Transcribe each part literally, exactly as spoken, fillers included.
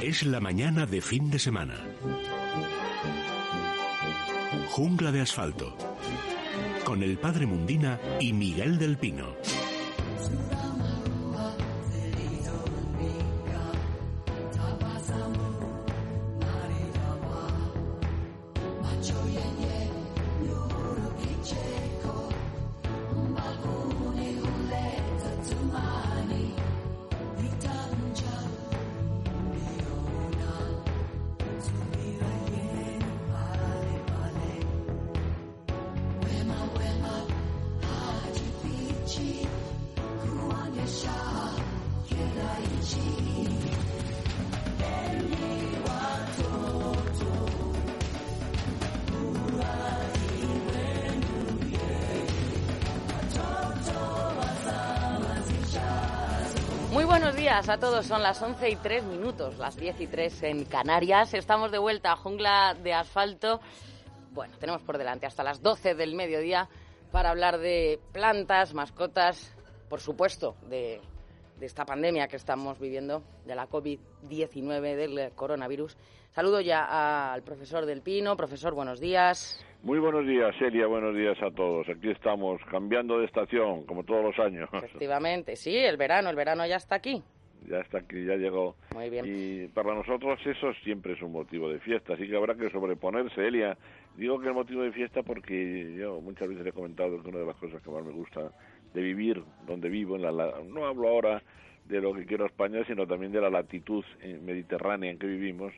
Es la mañana de fin de semana. Jungla de asfalto. Con el padre Mundina y Miguel del Pino. Muy buenos días a todos, son las once y tres minutos, las diez y tres en Canarias. Estamos de vuelta a Jungla de Asfalto. Bueno, tenemos por delante hasta las doce del mediodía para hablar de plantas, mascotas, por supuesto, de, de esta pandemia que estamos viviendo, de la covid diecinueve, del coronavirus. Saludo ya al profesor del Pino. Profesor, buenos días. Muy buenos días, Celia, buenos días a todos. Aquí estamos, cambiando de estación, como todos los años. Efectivamente, sí, el verano, el verano ya está aquí. Ya está aquí, ya llegó. Muy bien. Y para nosotros eso siempre es un motivo de fiesta, así que habrá que sobreponerse, Celia. Digo que es motivo de fiesta porque yo muchas veces he comentado que una de las cosas que más me gusta de vivir donde vivo, en la, la, no hablo ahora de lo que quiero España, sino también de la latitud mediterránea en que vivimos,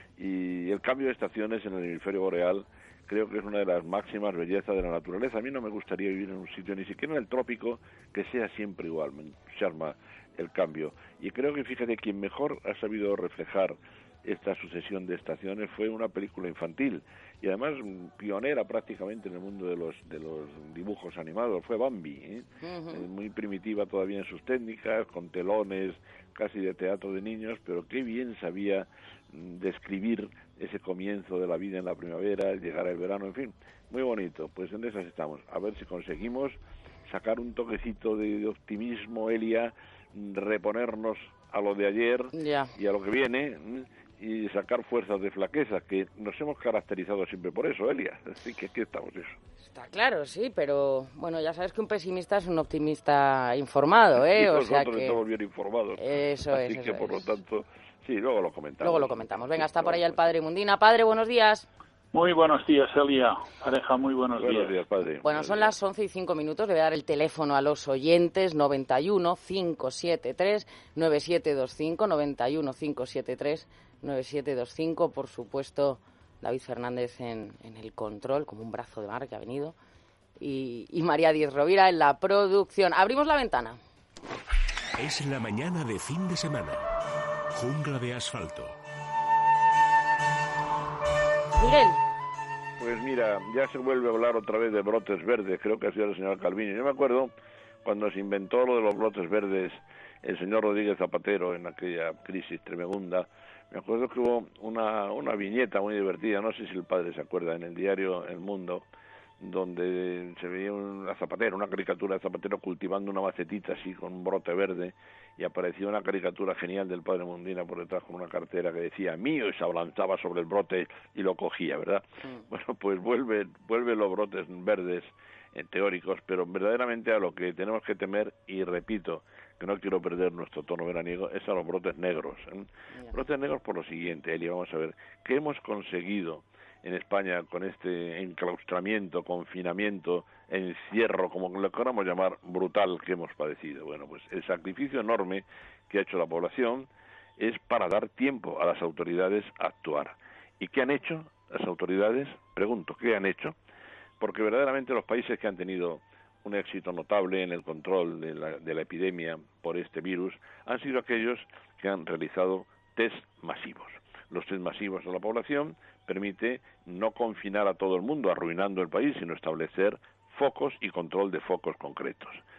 y el cambio de estaciones en el hemisferio boreal creo que es una de las máximas bellezas de la naturaleza. A mí no me gustaría vivir en un sitio, ni siquiera en el trópico, que sea siempre igual. Me entusiasma el cambio. Y creo que, fíjate, quien mejor ha sabido reflejar esta sucesión de estaciones fue una película infantil, y además pionera prácticamente en el mundo de los de los dibujos animados. Fue Bambi, ¿eh? Uh-huh. Muy primitiva todavía en sus técnicas, con telones casi de teatro de niños, pero qué bien sabía describir ese comienzo de la vida en la primavera, llegar al verano, en fin, muy bonito. Pues en esas estamos, a ver si conseguimos sacar un toquecito de, de optimismo, Elia, reponernos a lo de ayer yeah. y a lo que viene, y sacar fuerzas de flaqueza, que nos hemos caracterizado siempre por eso, Elia, así que aquí estamos, eso. Está claro, sí, pero bueno, ya sabes que un pesimista es un optimista informado, ¿eh? Y o nosotros sea que... estamos bien informados, eso así es, que eso por es. lo tanto, sí, luego lo comentamos. Luego lo comentamos. Venga, está por ahí el padre Mundina. Padre, buenos días. Muy buenos días, Elia. Pareja, muy buenos, buenos días. días, padre. Bueno, buenos son días. las once y cinco minutos. Le voy a dar el teléfono a los oyentes, noventa y uno, cinco siete tres, nueve siete dos cinco, noventa y uno, cinco siete tres, nueve siete dos cinco. Por supuesto, David Fernández en, en el control, como un brazo de mar que ha venido. Y, y María Díez Rovira en la producción. Abrimos la ventana. Es la mañana de fin de semana. Jungla de Asfalto. Miguel. Pues mira, ya se vuelve a hablar otra vez de brotes verdes, creo que ha sido el señor Calviño. Yo me acuerdo cuando se inventó lo de los brotes verdes el señor Rodríguez Zapatero en aquella crisis tremenda. Me acuerdo que hubo una, una viñeta muy divertida, no sé si el padre se acuerda, en el diario El Mundo, donde se veía una Zapatero, una caricatura de Zapatero cultivando una macetita así con un brote verde, y apareció una caricatura genial del padre Mundina por detrás con una cartera que decía mío, y se abalanzaba sobre el brote y lo cogía, ¿verdad? Mm. Bueno, pues vuelve, vuelve los brotes verdes eh, teóricos, pero verdaderamente a lo que tenemos que temer, y repito, que no quiero perder nuestro tono veraniego, es a los brotes negros. ¿eh? Yeah. Brotes negros por lo siguiente, Eli, vamos a ver, ¿qué hemos conseguido en España con este enclaustramiento, confinamiento, encierro, como lo queramos llamar, brutal que hemos padecido? Bueno, pues el sacrificio enorme que ha hecho la población es para dar tiempo a las autoridades a actuar. ¿Y qué han hecho las autoridades? Pregunto, ¿qué han hecho? Porque verdaderamente los países que han tenido un éxito notable en el control de la, de la epidemia por este virus han sido aquellos que han realizado test masivos. Los test masivos a la población permite no confinar a todo el mundo, arruinando el país, sino establecer focos y control de focos concretos.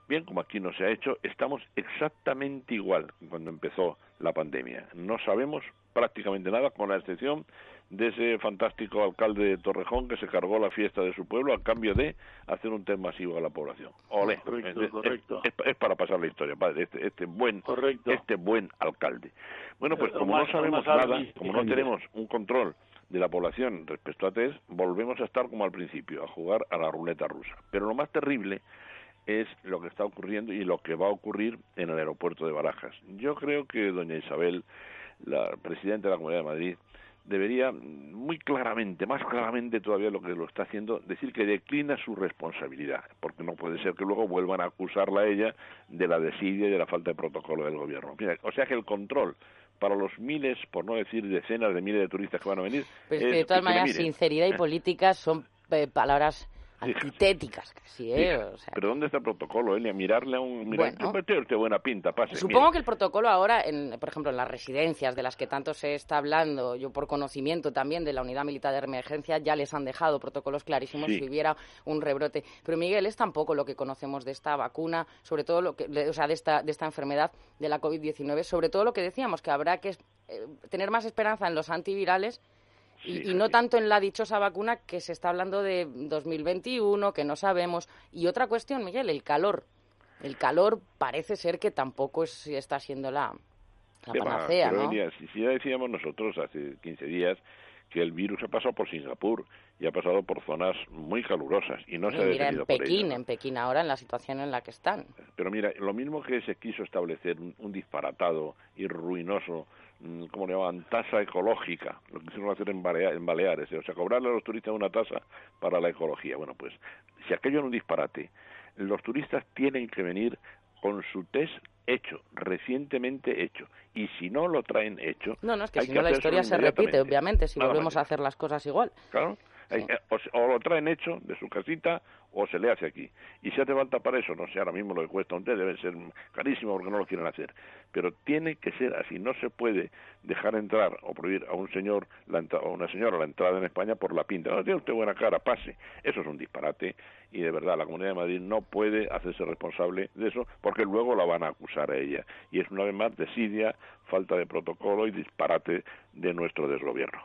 bien, como aquí no se ha hecho, estamos exactamente igual que cuando empezó la pandemia. No sabemos prácticamente nada, con la excepción de ese fantástico alcalde de Torrejón que se cargó la fiesta de su pueblo a cambio de hacer un test masivo a la población. Olé, correcto, es, correcto. Es, es, es para pasar la historia, padre, este, este buen correcto. este buen alcalde. Bueno, pues como más, no sabemos más nada, como no tenemos un control de la población respecto a test, volvemos a estar como al principio, a jugar a la ruleta rusa. Pero lo más terrible es lo que está ocurriendo y lo que va a ocurrir en el aeropuerto de Barajas. Yo creo que doña Isabel, la presidenta de la Comunidad de Madrid, debería muy claramente, más claramente todavía lo que lo está haciendo, decir que declina su responsabilidad, porque no puede ser que luego vuelvan a acusarla a ella de la desidia y de la falta de protocolo del gobierno. Mira, o sea que el control para los miles, por no decir decenas de miles de turistas que van a venir... Pero es que de todas maneras, sinceridad y política son eh, palabras antitéticas, casi, ¿eh? Fíjate, o sea, pero ¿dónde está el protocolo, Elia? Mirarle a un... Mirar, bueno, tiene usted buena pinta, pase. Supongo mire. que el protocolo ahora, en, por ejemplo, en las residencias de las que tanto se está hablando, yo por conocimiento también de la Unidad Militar de Emergencia, ya les han dejado protocolos clarísimos Sí. si hubiera un rebrote. Pero, Miguel, es tampoco lo que conocemos de esta vacuna, sobre todo lo que, de, o sea, de esta, de esta enfermedad de la COVID diecinueve, sobre todo lo que decíamos, que habrá que eh, tener más esperanza en los antivirales. Y, Sí, y no sí. tanto en la dichosa vacuna que se está hablando de dos mil veintiuno, que no sabemos. Y otra cuestión, Miguel, el calor. El calor parece ser que tampoco es, está siendo la, la ¿Qué va? panacea, Pero, ¿no? Elia, si, si ya decíamos nosotros hace quince días que el virus ha pasado por Singapur y ha pasado por zonas muy calurosas y no se ha Mira, detenido en por Pekín, ello, ¿no? en Pekín ahora, en la situación en la que están. Pero mira, lo mismo que se quiso establecer un, un disparatado y ruinoso, mmm, ¿cómo le llaman? Tasa ecológica, lo que quisieron hacer en, Balea- en Baleares, ¿eh? O sea, cobrarle a los turistas una tasa para la ecología. Bueno, pues, si aquello era un disparate, los turistas tienen que venir con su test hecho, recientemente hecho, y si no lo traen hecho... No, no, es que hay si no la hacérselo historia se repite, inmediatamente. obviamente, si Nada volvemos más. a hacer las cosas igual. Claro, Sí. o, se- o lo traen hecho de su casita o se le hace aquí. Y si hace falta para eso, no sé, ahora mismo lo que cuesta un té debe ser carísimo porque no lo quieren hacer. Pero tiene que ser así, no se puede dejar entrar o prohibir a un señor la entra- o a una señora la entrada en España por la pinta. No, tiene usted buena cara, pase. Eso es un disparate y de verdad la Comunidad de Madrid no puede hacerse responsable de eso porque luego la van a acusar a ella. Y es una vez más desidia, falta de protocolo y disparate de nuestro desgobierno.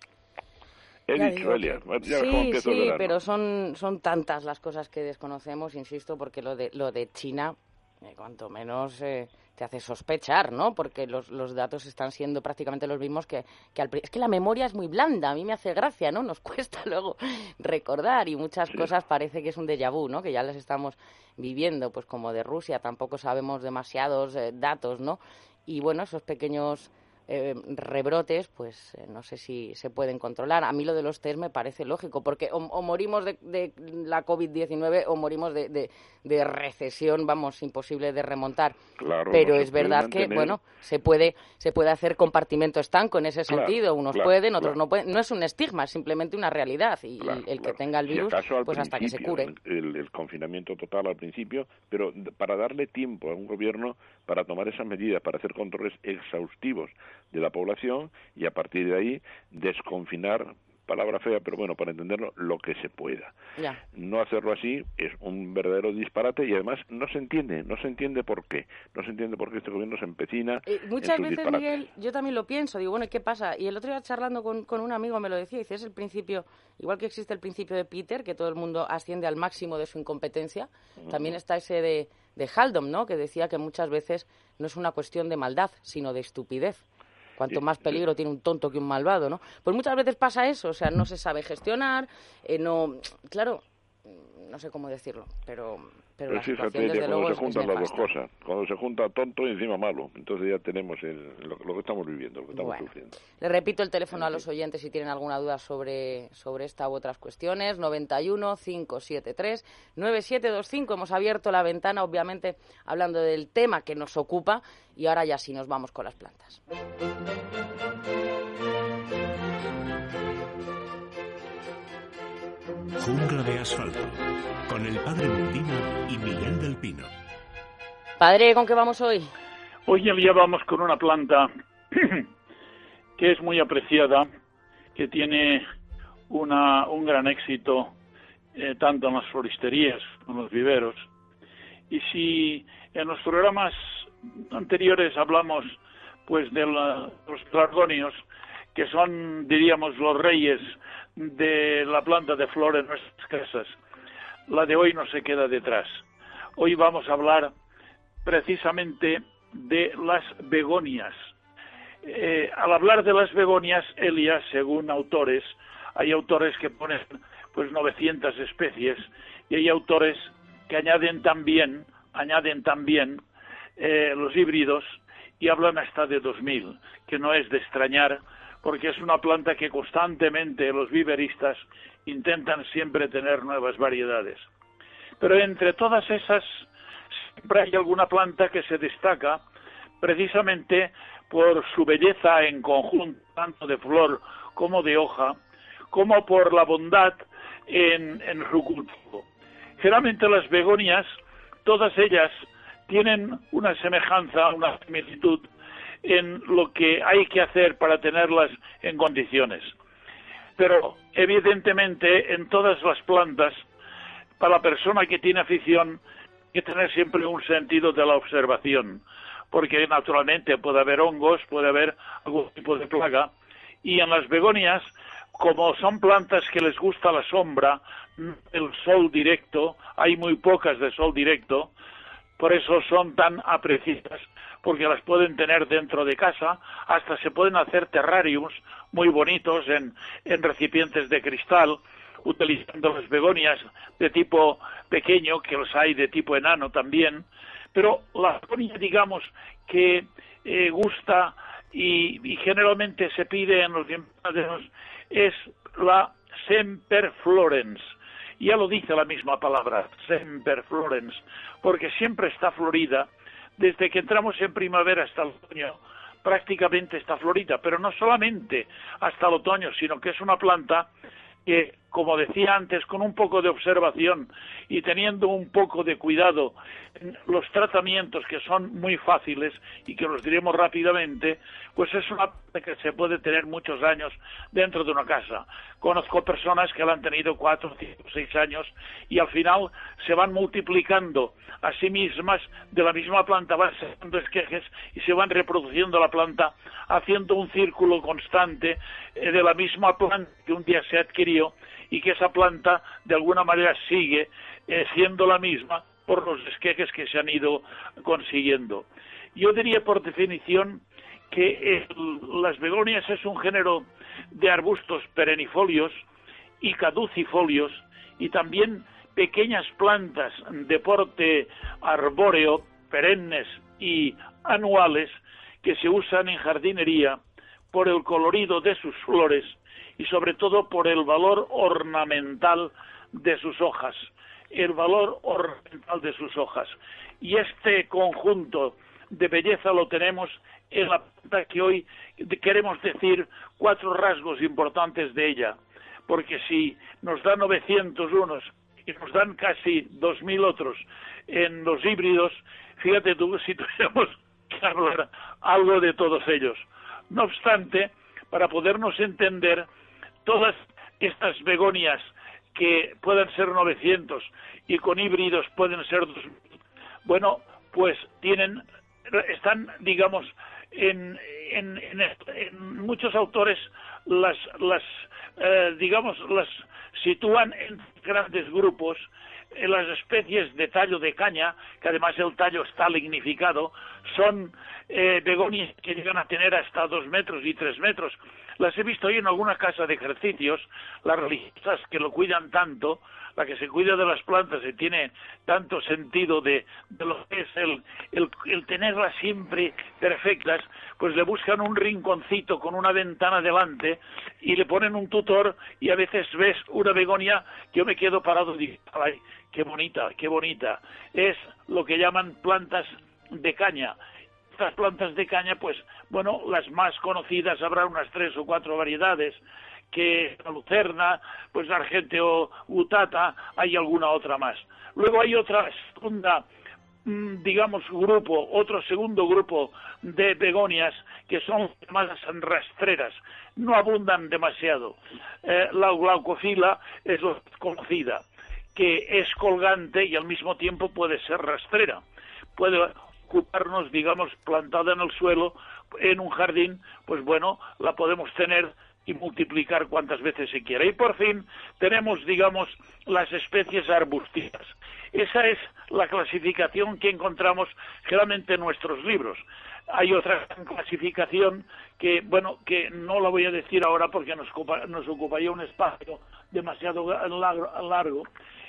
He Ya dicho, digo Elia, que- ya cómo sí, empiezo el sí, verano. pero son, son tantas las cosas que desconocemos, insisto, porque lo de, lo de China, eh, cuanto menos eh, te hace sospechar, ¿no? Porque los, los datos están siendo prácticamente los mismos que, que al pri- Es que la memoria es muy blanda, a mí me hace gracia, ¿no? Nos cuesta luego recordar y muchas Sí. cosas parece que es un déjà vu, ¿no? Que ya las estamos viviendo, pues como de Rusia, tampoco sabemos demasiados eh, datos, ¿no? Y bueno, esos pequeños... Eh, rebrotes, pues eh, no sé si se pueden controlar. A mí lo de los test me parece lógico, porque o, o morimos de, de la COVID diecinueve o morimos de, de, de recesión, vamos, imposible de remontar. Claro, Pero no se es puede verdad que, mantener- bueno, se puede se puede hacer compartimento estanco en ese Claro, sentido. Unos claro, pueden, otros claro. no pueden. No es un estigma, es simplemente una realidad. Y, Claro, y el claro. que tenga el Si virus, acaso al pues hasta que se principio, cure. El, el confinamiento total al principio, pero d- para darle tiempo a un gobierno para tomar esas medidas, para hacer controles exhaustivos de la población y a partir de ahí desconfinar, palabra fea, pero bueno, para entenderlo, lo que se pueda. Ya. No hacerlo así es un verdadero disparate y además no se entiende, no se entiende por qué. No se entiende por qué este gobierno se empecina Eh, en muchas sus veces, disparates. Miguel, yo también lo pienso, digo, bueno, ¿y qué pasa? Y el otro día charlando con, con un amigo me lo decía, dice, es el principio, igual que existe el principio de Peter, que todo el mundo asciende al máximo de su incompetencia, también está ese de, de Haldom, ¿no?, que decía que muchas veces no es una cuestión de maldad, sino de estupidez. Cuanto Sí, más peligro tiene un tonto que un malvado, ¿no? Pues muchas veces pasa eso, o sea, no se sabe gestionar, eh, no... Claro, no sé cómo decirlo, pero, pero la Pero fíjate, situación, desde ya luego, cuando es, se es juntan las dos nefasta. cosas, cuando se junta tonto y encima malo, entonces ya tenemos el, lo, lo que estamos viviendo, lo que estamos Bueno, sufriendo. le repito el teléfono a los oyentes si tienen alguna duda sobre, sobre esta u otras cuestiones, noventa y uno, cinco setenta y tres, nueve siete dos cinco. Hemos abierto la ventana, obviamente, hablando del tema que nos ocupa, y ahora ya sí nos vamos con las plantas. Jungla de asfalto, con el padre Mundina y Miguel del Pino. Padre, ¿con qué vamos hoy? Hoy ya vamos con una planta que es muy apreciada, que tiene una, un gran éxito eh, tanto en las floristerías como en los viveros, Y si en los programas anteriores hablamos pues de la, los pelargonios, que son, diríamos, los reyes de la planta de flor en nuestras casas, la de hoy no se queda detrás. Hoy vamos a hablar precisamente de las begonias. Eh, al hablar de las begonias, Elia, según autores, hay autores que ponen pues novecientas especies y hay autores que añaden también, añaden también eh, los híbridos y hablan hasta de dos mil, que no es de extrañar, porque es una planta que constantemente los viveristas intentan siempre tener nuevas variedades. Pero entre todas esas siempre hay alguna planta que se destaca precisamente por su belleza en conjunto, tanto de flor como de hoja, como por la bondad en, en su cultivo. Generalmente las begonias, todas ellas tienen una semejanza, una similitud en lo que hay que hacer para tenerlas en condiciones. Pero evidentemente en todas las plantas, para la persona que tiene afición, hay que tener siempre un sentido de la observación, porque naturalmente puede haber hongos, puede haber algún tipo de plaga, y en las begonias, como son plantas que les gusta la sombra, el sol directo, hay muy pocas de sol directo, por eso son tan apreciadas, porque las pueden tener dentro de casa, hasta se pueden hacer terrariums muy bonitos en, en recipientes de cristal, utilizando las begonias de tipo pequeño, que los hay de tipo enano también, pero la begonia, digamos, que eh, gusta y, y generalmente se pide en los invernaderos es la semperflorens. Ya lo dice la misma palabra, semperflorens, porque siempre está florida. Desde que entramos en primavera hasta el otoño, prácticamente está florida, pero no solamente hasta el otoño, sino que es una planta que, como decía antes, con un poco de observación y teniendo un poco de cuidado en los tratamientos, que son muy fáciles y que los diremos rápidamente, pues es una planta que se puede tener muchos años dentro de una casa. Conozco personas que la han tenido cuatro, cinco, seis años y al final se van multiplicando a sí mismas de la misma planta, van sacando esquejes y se van reproduciendo la planta, haciendo un círculo constante eh, de la misma planta que un día se adquirió y que esa planta de alguna manera sigue eh, siendo la misma por los esquejes que se han ido consiguiendo. Yo diría por definición que el, las begonias es un género de arbustos perennifolios y caducifolios y también pequeñas plantas de porte arbóreo, perennes y anuales que se usan en jardinería por el colorido de sus flores y sobre todo por el valor ornamental de sus hojas, el valor ornamental de sus hojas. Y este conjunto de belleza lo tenemos en la planta que hoy queremos decir cuatro rasgos importantes de ella, porque si nos dan novecientos unos y nos dan casi dos mil otros en los híbridos, fíjate tú si tuviéramos que hablar algo de todos ellos. No obstante, para podernos entender, todas estas begonias que puedan ser novecientos y con híbridos pueden ser dos mil, bueno, pues tienen, están, digamos, en, en, en, en muchos autores las, las eh, digamos, las sitúan en grandes grupos. En las especies de tallo de caña, que además el tallo está lignificado, son eh, begonias que llegan a tener hasta dos metros y tres metros. Las he visto hoy en alguna casa de ejercicios, las religiosas que lo cuidan tanto, la que se cuida de las plantas y tiene tanto sentido de, de lo que es el, el, el tenerlas siempre perfectas, pues le buscan un rinconcito con una ventana delante y le ponen un tutor y a veces ves una begonia que yo me quedo parado y digo, ay, qué bonita, qué bonita. Es lo que llaman plantas de caña. Estas plantas de caña, pues, bueno, las más conocidas habrá unas tres o cuatro variedades, que la lucerna, pues la argenteo utata, hay alguna otra más. Luego hay otra segunda, digamos, grupo, otro segundo grupo de begonias que son llamadas rastreras, no abundan demasiado. Eh, la glaucofila es la conocida, que es colgante y al mismo tiempo puede ser rastrera. Puede ocuparnos, digamos, plantada en el suelo, en un jardín, pues bueno, la podemos tener y multiplicar cuantas veces se quiera. Y por fin tenemos, digamos, las especies arbustivas. Esa es la clasificación que encontramos generalmente en nuestros libros. Hay otra clasificación que, bueno, que no la voy a decir ahora porque nos, ocupa, nos ocuparía un espacio demasiado largo.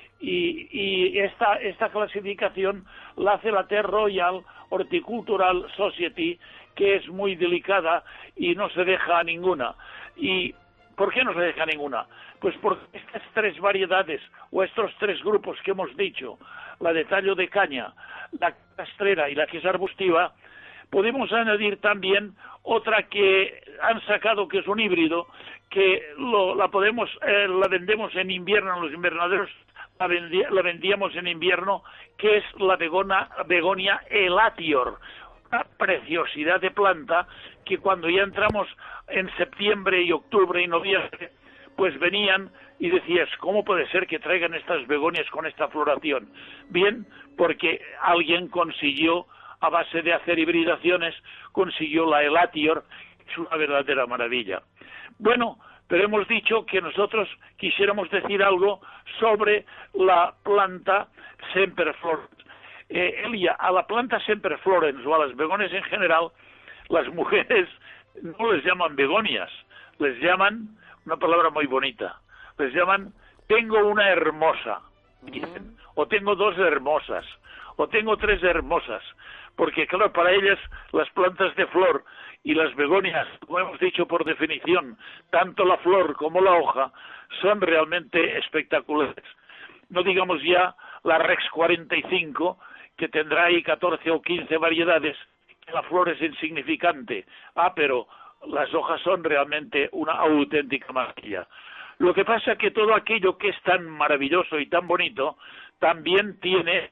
Y, y esta, esta clasificación la hace la Terre Royal Horticultural Society, que es muy delicada y no se deja a ninguna. ¿Y por qué no se deja ninguna? Pues porque estas tres variedades, o estos tres grupos que hemos dicho, la de tallo de caña, la rastrera y la que es arbustiva, podemos añadir también otra que han sacado, que es un híbrido, que lo, la podemos, eh, la vendemos en invierno en los invernaderos, la, vendí, la vendíamos en invierno, que es la begona, begonia elatior, una preciosidad de planta que cuando ya entramos en septiembre y octubre y noviembre, pues venían y decías, ¿cómo puede ser que traigan estas begonias con esta floración? Bien, porque alguien consiguió, a base de hacer hibridaciones, consiguió la elatior, es una verdadera maravilla. Bueno, pero hemos dicho que nosotros quisiéramos decir algo sobre la planta semperflorens. Eh, Elia, a la planta semperflorens o a las begonias en general, las mujeres no les llaman begonias, les llaman, una palabra muy bonita, les llaman tengo una hermosa, dicen, o tengo dos hermosas, o tengo tres hermosas, porque claro, para ellas las plantas de flor y las begonias, como hemos dicho por definición, tanto la flor como la hoja, son realmente espectaculares. No digamos ya la Rex cuarenta y cinco, que tendrá ahí catorce o quince variedades, que la flor es insignificante. Ah, pero las hojas son realmente una auténtica maravilla. Lo que pasa es que todo aquello que es tan maravilloso y tan bonito, también tiene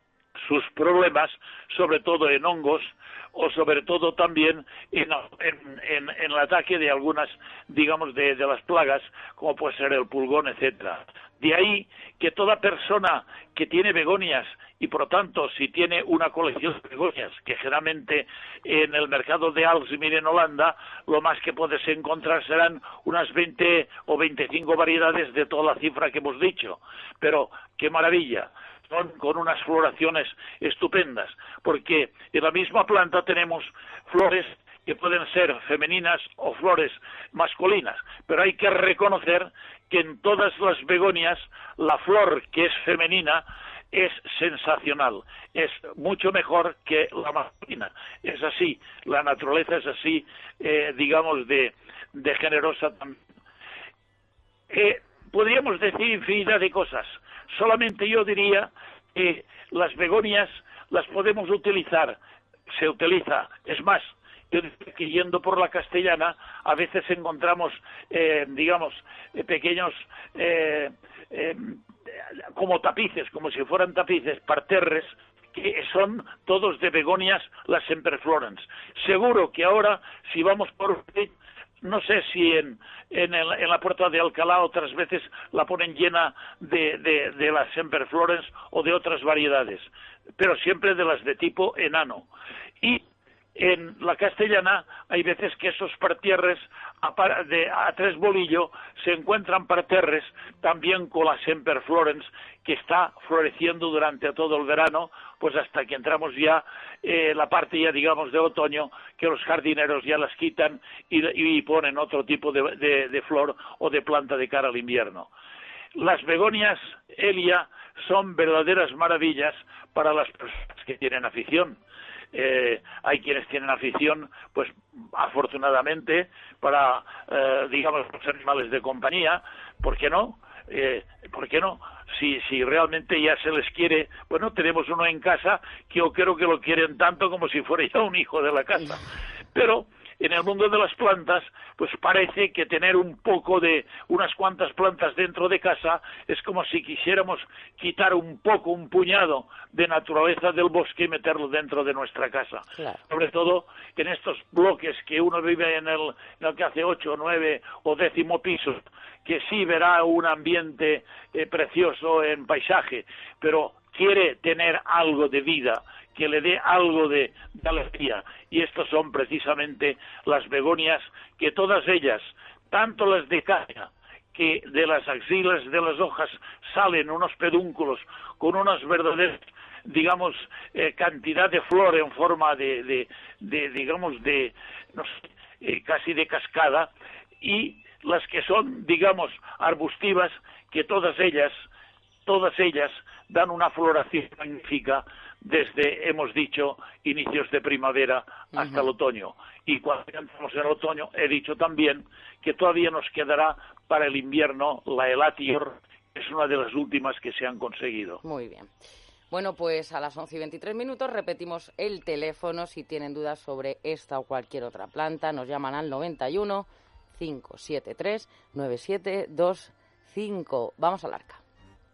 sus problemas, sobre todo en hongos, o sobre todo también en, en, en, en el ataque de algunas, digamos, de, de las plagas, como puede ser el pulgón, etcétera. De ahí que toda persona que tiene begonias, y por lo tanto si tiene una colección de begonias, que generalmente en el mercado de Aalsmeer en Holanda, lo más que puedes encontrar serán unas veinte o veinticinco variedades de toda la cifra que hemos dicho. Pero qué maravilla, son con unas floraciones estupendas, porque en la misma planta tenemos flores que pueden ser femeninas o flores masculinas, pero hay que reconocer que en todas las begonias la flor que es femenina es sensacional, es mucho mejor que la masculina. Es así, la naturaleza es así, eh, digamos, de, de generosa también. Eh, podríamos decir infinidad de cosas, solamente yo diría que las begonias las podemos utilizar, se utiliza, es más, yo diría que yendo por la Castellana a veces encontramos, eh, digamos, eh, pequeños, eh, eh, como tapices, como si fueran tapices, parterres, que son todos de begonias, las semperflorens. Seguro que ahora, si vamos por, no sé si en, en, el, en la puerta de Alcalá otras veces la ponen llena de, de, de las semperflorens o de otras variedades, pero siempre de las de tipo enano. Y en la Castellana hay veces que esos parterres a, de, a tres bolillo se encuentran parterres también con la semperflorens, que está floreciendo durante todo el verano, pues hasta que entramos ya eh, la parte ya digamos de otoño, que los jardineros ya las quitan y, y ponen otro tipo de, de, de flor o de planta de cara al invierno. Las begonias, Elia, son verdaderas maravillas para las personas que tienen afición. Eh, hay quienes tienen afición, pues afortunadamente, para, eh, digamos, los animales de compañía. ¿Por qué no? Eh, ¿Por qué no? Si, si realmente ya se les quiere, bueno, tenemos uno en casa que yo creo que lo quieren tanto como si fuera ya un hijo de la casa. Pero en el mundo de las plantas, pues parece que tener un poco de unas cuantas plantas dentro de casa es como si quisiéramos quitar un poco, un puñado de naturaleza del bosque y meterlo dentro de nuestra casa. Claro. Sobre todo en estos bloques que uno vive en el, en el que hace ocho, nueve o décimo piso, que sí verá un ambiente eh, precioso en paisaje, pero quiere tener algo de vida, que le dé algo de, de alegría. Y estos son precisamente las begonias, que todas ellas, tanto las de caña, que de las axilas de las hojas salen unos pedúnculos con unas verdaderas, digamos, eh, cantidad de flor en forma de, de, de digamos, de, no sé, eh, casi de cascada, y las que son, digamos, arbustivas, que todas ellas, todas ellas dan una floración magnífica desde, hemos dicho, inicios de primavera hasta uh-huh. el otoño. Y cuando entramos en el otoño, he dicho también que todavía nos quedará para el invierno la Elatior, que es una de las últimas que se han conseguido. Muy bien. Bueno, pues a las once y veintitrés minutos repetimos el teléfono si tienen dudas sobre esta o cualquier otra planta. Nos llaman al noventa y uno, cinco siete tres, nueve siete dos cinco. Vamos al arca.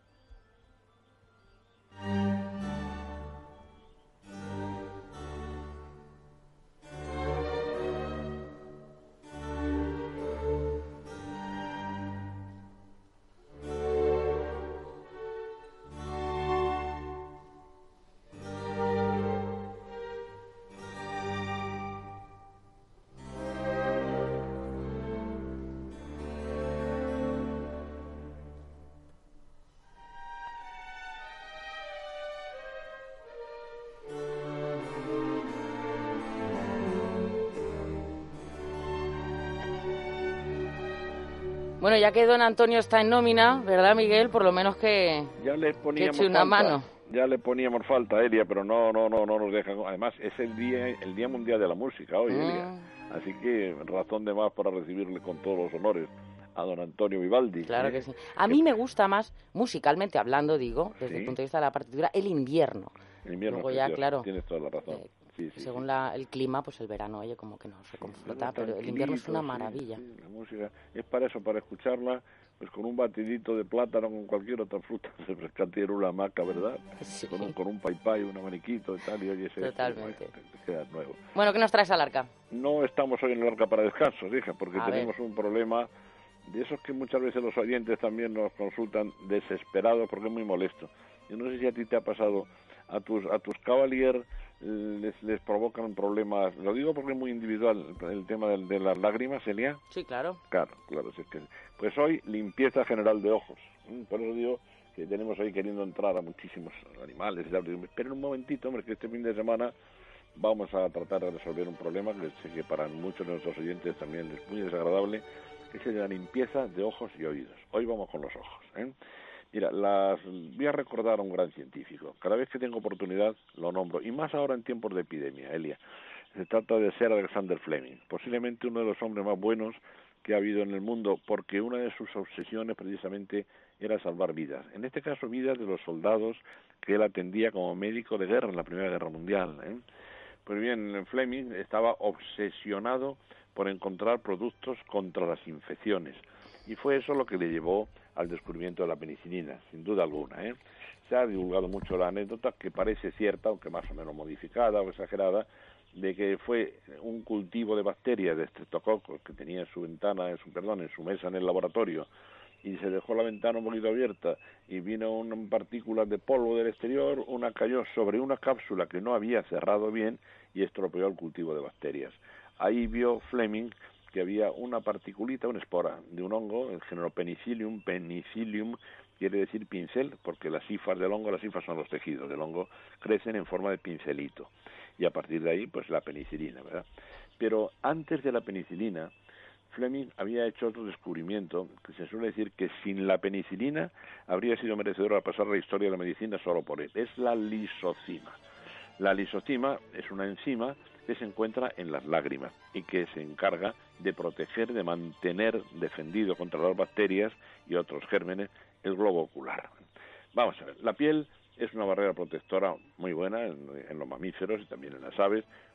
Bueno, ya que don Antonio está en nómina, ¿verdad, Miguel? Por lo menos que, ya le poníamos que eche una falta, mano. Ya le poníamos falta, Elia, pero no, no, no, no nos dejan. Además, es el día, el día mundial de la música hoy, mm. Elia. Así que razón de más para recibirle con todos los honores a don Antonio Vivaldi. Claro ¿eh? que sí. A mí me gusta más, musicalmente hablando, digo, desde ¿Sí? el punto de vista de la partitura, el invierno. El invierno, luego ya, claro, tienes toda la razón. Eh, sí, sí, según sí. La, el clima, pues el verano, oye, como que no se confronta, pero el invierno es una maravilla. Sí, sí, la música es para eso, para escucharla, pues con un batidito de plátano, con cualquier otra fruta, se rescatieron una hamaca, ¿verdad? Sí. Con un, con un paipai, un abaniquito y tal, y oye, ese, totalmente. Ese, te queda nuevo. Bueno, ¿qué nos traes al arca? No estamos hoy en el arca para descanso, hija, porque A tenemos ver. un problema de esos que muchas veces los oyentes también nos consultan desesperados porque es muy molesto. Yo no sé si a ti te ha pasado, a tus a tus cavalier les, les provocan problemas, lo digo porque es muy individual el tema de, de las lágrimas, Elia. Sí, claro. Claro, claro, sí, es que pues hoy limpieza general de ojos, por eso digo que tenemos ahí queriendo entrar a muchísimos animales, pero un momentito, hombre, que este fin de semana vamos a tratar de resolver un problema que sé que para muchos de nuestros oyentes también es muy desagradable, que es el de la limpieza de ojos y oídos. Hoy vamos con los ojos, ¿eh? Mira, las voy a recordar a un gran científico. Cada vez que tengo oportunidad lo nombro, y más ahora en tiempos de epidemia, Elia. Se trata de Sir Alexander Fleming, posiblemente uno de los hombres más buenos que ha habido en el mundo, porque una de sus obsesiones precisamente era salvar vidas. En este caso, vidas de los soldados que él atendía como médico de guerra en la Primera Guerra Mundial, ¿eh? Pues bien, Fleming estaba obsesionado por encontrar productos contra las infecciones, y fue eso lo que le llevó al descubrimiento de la penicilina, sin duda alguna, ¿eh? Se ha divulgado mucho la anécdota, que parece cierta, aunque más o menos modificada o exagerada, de que fue un cultivo de bacterias de estreptococos que tenía en su ventana, en su, perdón, en su mesa en el laboratorio, y se dejó la ventana un poquito abierta y vino una partícula de polvo del exterior, una cayó sobre una cápsula que no había cerrado bien y estropeó el cultivo de bacterias. Ahí vio Fleming que había una particulita, una espora de un hongo, el género Penicillium. Penicillium quiere decir pincel, porque las hifas del hongo, las hifas son los tejidos del hongo, crecen en forma de pincelito, y a partir de ahí, pues la penicilina, ¿verdad? Pero antes de la penicilina, Fleming había hecho otro descubrimiento, que se suele decir que sin la penicilina habría sido merecedor a pasar la historia de la medicina solo por él. Es la lisocima. La lisocima es una enzima que se encuentra en las lágrimas y que se encarga de proteger, de mantener defendido contra las bacterias y otros gérmenes el globo ocular. Vamos a ver, la piel es una barrera protectora muy buena en, en los mamíferos y también en las aves,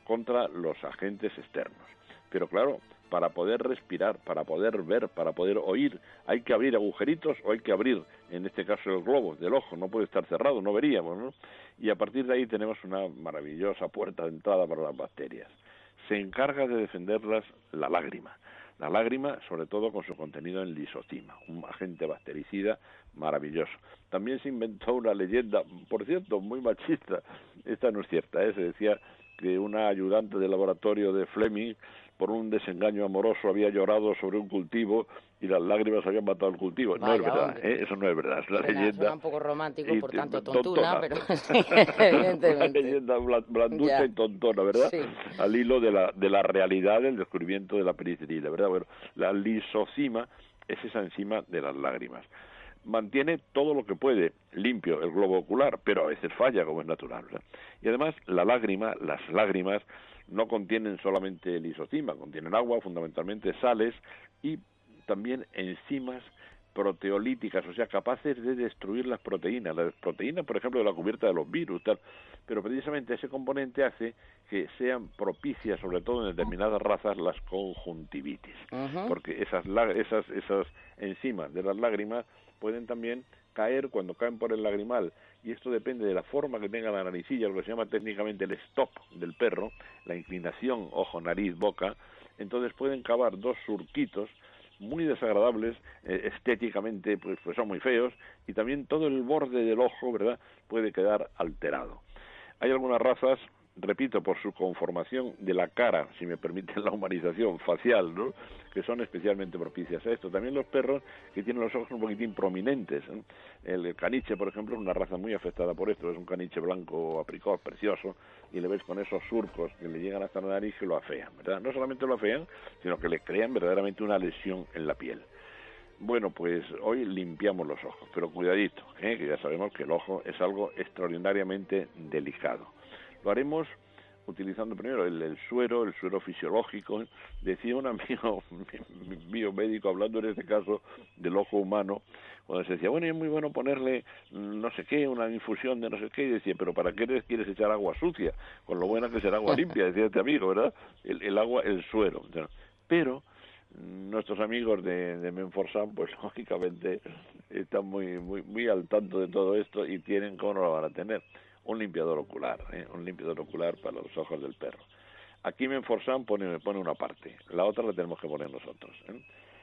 contra los agentes externos. Pero claro, para poder respirar, para poder ver, para poder oír, hay que abrir agujeritos o hay que abrir, en este caso, el globo del ojo, no puede estar cerrado, no veríamos, ¿no? Y a partir de ahí tenemos una maravillosa puerta de entrada para las bacterias. Se encarga de defenderlas la lágrima. La lágrima, sobre todo con su contenido en lisocima, un agente bactericida maravilloso. También se inventó una leyenda, por cierto, muy machista, esta no es cierta, ¿eh? Se decía que una ayudante de laboratorio de Fleming, por un desengaño amoroso, había llorado sobre un cultivo y las lágrimas habían matado el cultivo. Vaya, no es verdad, ¿eh? Eso no es verdad, es la suena, leyenda. Suena un poco romántico, y, por tanto tontona, tontuna, pero sí, evidentemente. Una leyenda blanducha Ya. y tontona, ¿verdad? Sí. Al hilo de la, de la realidad del descubrimiento de la penicilina, ¿verdad? Bueno, la lisocima es esa enzima de las lágrimas. Mantiene todo lo que puede limpio el globo ocular, pero a veces falla, como es natural, ¿verdad? Y además, la lágrima, las lágrimas, no contienen solamente lisocima, contienen agua, fundamentalmente sales, y también enzimas proteolíticas, o sea, capaces de destruir las proteínas. Las proteínas, por ejemplo, de la cubierta de los virus, tal. Pero precisamente ese componente hace que sean propicias, sobre todo en determinadas razas, las conjuntivitis. Uh-huh. Porque esas, esas, esas enzimas de las lágrimas pueden también caer cuando caen por el lagrimal, y esto depende de la forma que tenga la naricilla, lo que se llama técnicamente el stop del perro, la inclinación ojo, nariz, boca. Entonces pueden cavar dos surquitos muy desagradables, eh, estéticamente pues, pues son muy feos, y también todo el borde del ojo, ¿verdad?, puede quedar alterado. Hay algunas razas, repito, por su conformación de la cara, si me permiten la humanización facial, ¿no?, que son especialmente propicias a esto. También los perros que tienen los ojos un poquitín prominentes, ¿eh? El caniche, por ejemplo, es una raza muy afectada por esto, es un caniche blanco apricot, precioso, y le ves con esos surcos que le llegan hasta la nariz que lo afean, ¿verdad? No solamente lo afean, sino que le crean verdaderamente una lesión en la piel. Bueno, pues hoy limpiamos los ojos, pero cuidadito, ¿eh?, que ya sabemos que el ojo es algo extraordinariamente delicado. Lo haremos utilizando primero el, el suero, el suero fisiológico. Decía un amigo biomédico, hablando en este caso del ojo humano, cuando se decía, bueno, es muy bueno ponerle no sé qué, una infusión de no sé qué, y decía, pero ¿para qué les quieres echar agua sucia? Con lo buena que será agua limpia, decía este amigo, ¿verdad? El, el agua, el suero. Pero nuestros amigos de, de Menforsan, pues lógicamente están muy, muy, muy al tanto de todo esto y tienen, ¿cómo no lo van a tener? Un limpiador ocular, ¿eh? Un limpiador ocular para los ojos del perro. Aquí Menforsan pone, pone una parte, la otra la tenemos que poner nosotros, ¿eh?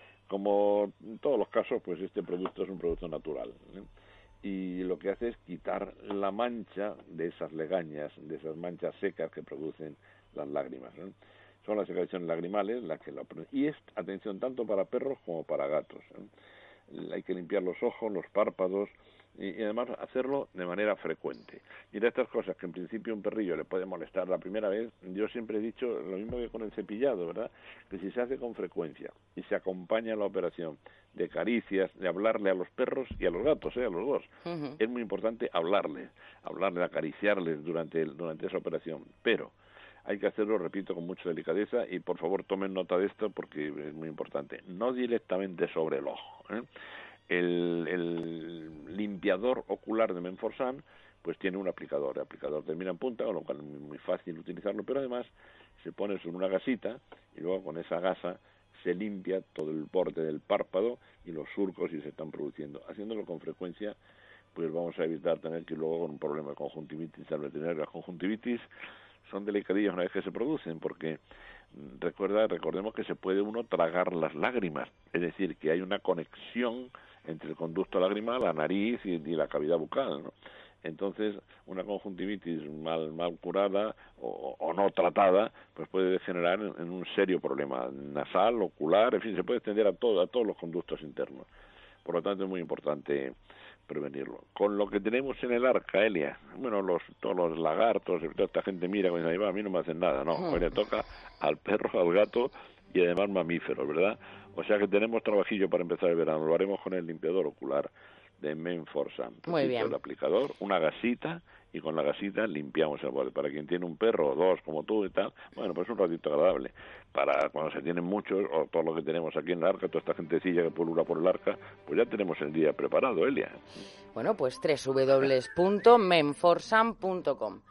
Como en todos los casos, pues este producto es un producto natural, ¿eh? Y lo que hace es quitar la mancha de esas legañas, de esas manchas secas que producen las lágrimas, ¿eh? Son las secreciones lagrimales las que lo producen. Y es, atención, tanto para perros como para gatos, ¿eh? Hay que limpiar los ojos, los párpados, y además hacerlo de manera frecuente. Mira, estas cosas que en principio un perrillo le puede molestar la primera vez, yo siempre he dicho lo mismo que con el cepillado, ¿verdad?, que si se hace con frecuencia y se acompaña la operación de caricias, de hablarle a los perros y a los gatos, ¿eh?, a los dos, uh-huh. Es muy importante hablarles, hablarles, acariciarles durante, el, durante esa operación, pero hay que hacerlo, repito, con mucha delicadeza, y por favor tomen nota de esto porque es muy importante, no directamente sobre el ojo, ¿eh? El, el limpiador ocular de Menforsan pues tiene un aplicador, el aplicador termina en punta, con lo cual es muy fácil utilizarlo, pero además se pone sobre una gasita y luego con esa gasa se limpia todo el borde del párpado y los surcos si se están produciendo. Haciéndolo con frecuencia, pues vamos a evitar tener que ir luego con un problema de conjuntivitis al veterinario. Las conjuntivitis son delicadillas una vez que se producen, porque recuerda, recordemos que se puede uno tragar las lágrimas, es decir, que hay una conexión entre el conducto lagrimal, la nariz y, y la cavidad bucal, ¿no? Entonces, una conjuntivitis mal mal curada o, o no tratada, pues puede degenerar en, en un serio problema nasal, ocular, en fin, se puede extender a, todo, a todos los conductos internos. Por lo tanto, es muy importante prevenirlo. Con lo que tenemos en el arca, Elia, bueno, los, todos los lagartos, toda esta gente mira y dice, a mí no me hacen nada, no, pues le toca al perro, al gato y además mamíferos, ¿verdad? O sea que tenemos trabajillo para empezar el verano, lo haremos con el limpiador ocular de Menforsan. Muy bien. El aplicador, una gasita, y con la gasita limpiamos el borde. Para quien tiene un perro o dos como tú y tal, bueno, pues un ratito agradable. Para cuando se tienen muchos, o todo lo que tenemos aquí en el arca, toda esta gentecilla que pulula por el arca, pues ya tenemos el día preparado, Elia. Bueno, pues doble u doble u doble u punto menforsan punto com.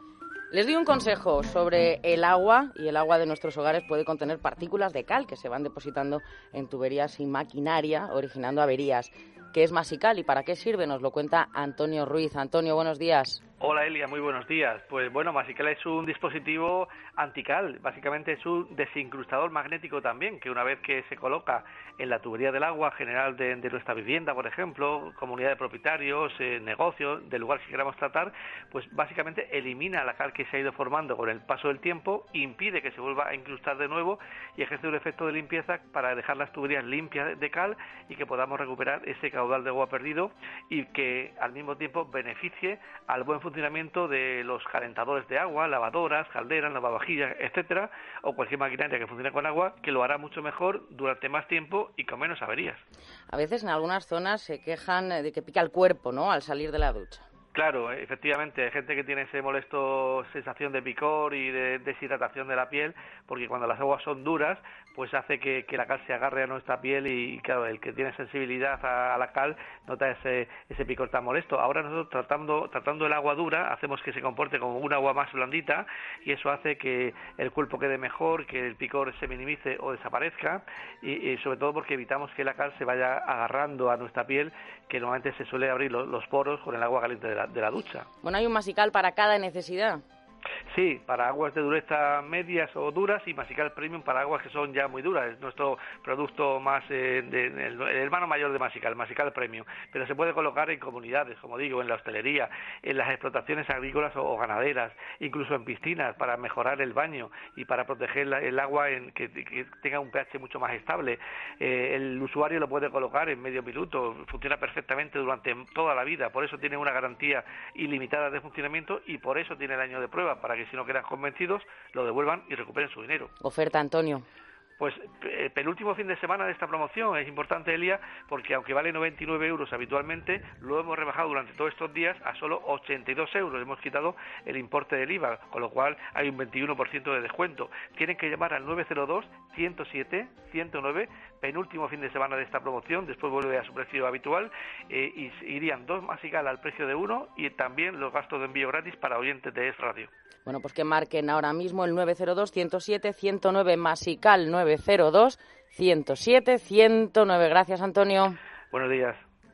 Les doy un consejo sobre el agua, y el agua de nuestros hogares puede contener partículas de cal que se van depositando en tuberías y maquinaria, originando averías. ¿Qué es Masical y para qué sirve? Nos lo cuenta Antonio Ruiz. Antonio, buenos días. Hola Elia, muy buenos días. Pues bueno, Masical es un dispositivo antical, básicamente es un desincrustador magnético también, que una vez que se coloca en la tubería del agua general de, de nuestra vivienda, por ejemplo, comunidad de propietarios, eh, negocios, del lugar que queramos tratar, pues básicamente elimina la cal que se ha ido formando con el paso del tiempo, impide que se vuelva a incrustar de nuevo y ejerce un efecto de limpieza para dejar las tuberías limpias de cal y que podamos recuperar ese caudal de agua perdido y que al mismo tiempo beneficie al buen funcionamiento de los calentadores de agua, lavadoras, calderas, lavavajillas, etcétera, o cualquier maquinaria que funcione con agua, que lo hará mucho mejor durante más tiempo y con menos averías. A veces en algunas zonas se quejan de que pica el cuerpo, ¿no?, al salir de la ducha. Claro, efectivamente, hay gente que tiene ese molesto sensación de picor y de deshidratación de la piel, porque cuando las aguas son duras, pues hace que, que la cal se agarre a nuestra piel y, claro, el que tiene sensibilidad a, a la cal nota ese, ese picor tan molesto. Ahora nosotros tratando, tratando el agua dura, hacemos que se comporte como un agua más blandita y eso hace que el cuerpo quede mejor, que el picor se minimice o desaparezca y, y sobre todo porque evitamos que la cal se vaya agarrando a nuestra piel, que normalmente se suele abrir los, los poros con el agua caliente de la, de la ducha. Bueno, hay un Masical para cada necesidad. Sí, para aguas de dureza medias o duras y Masical Premium para aguas que son ya muy duras. Es nuestro producto más, eh, de, de, el, el hermano mayor de Masical, Masical Premium. Pero se puede colocar en comunidades, como digo, en la hostelería, en las explotaciones agrícolas o, o ganaderas, incluso en piscinas para mejorar el baño y para proteger la, el agua en que, que tenga un pH mucho más estable. Eh, el usuario lo puede colocar en medio minuto, funciona perfectamente durante toda la vida, por eso tiene una garantía ilimitada de funcionamiento y por eso tiene el año de prueba, para que si no quedan convencidos, lo devuelvan y recuperen su dinero. Oferta, Antonio. Pues eh, penúltimo fin de semana de esta promoción es importante, Elia, porque aunque vale noventa y nueve euros habitualmente, lo hemos rebajado durante todos estos días a solo ochenta y dos euros. Hemos quitado el importe del I V A, con lo cual hay un veintiuno por ciento de descuento. Tienen que llamar al nueve cero dos, ciento siete, ciento nueve, penúltimo fin de semana de esta promoción, después vuelve a su precio habitual eh, y irían dos Masical al precio de uno y también los gastos de envío gratis para oyentes de Es Radio. Bueno, pues que marquen ahora mismo el nueve cero dos, ciento siete, ciento nueve, Masical nueve cero dos, ciento siete, ciento nueve. Gracias, Antonio. Buenos días.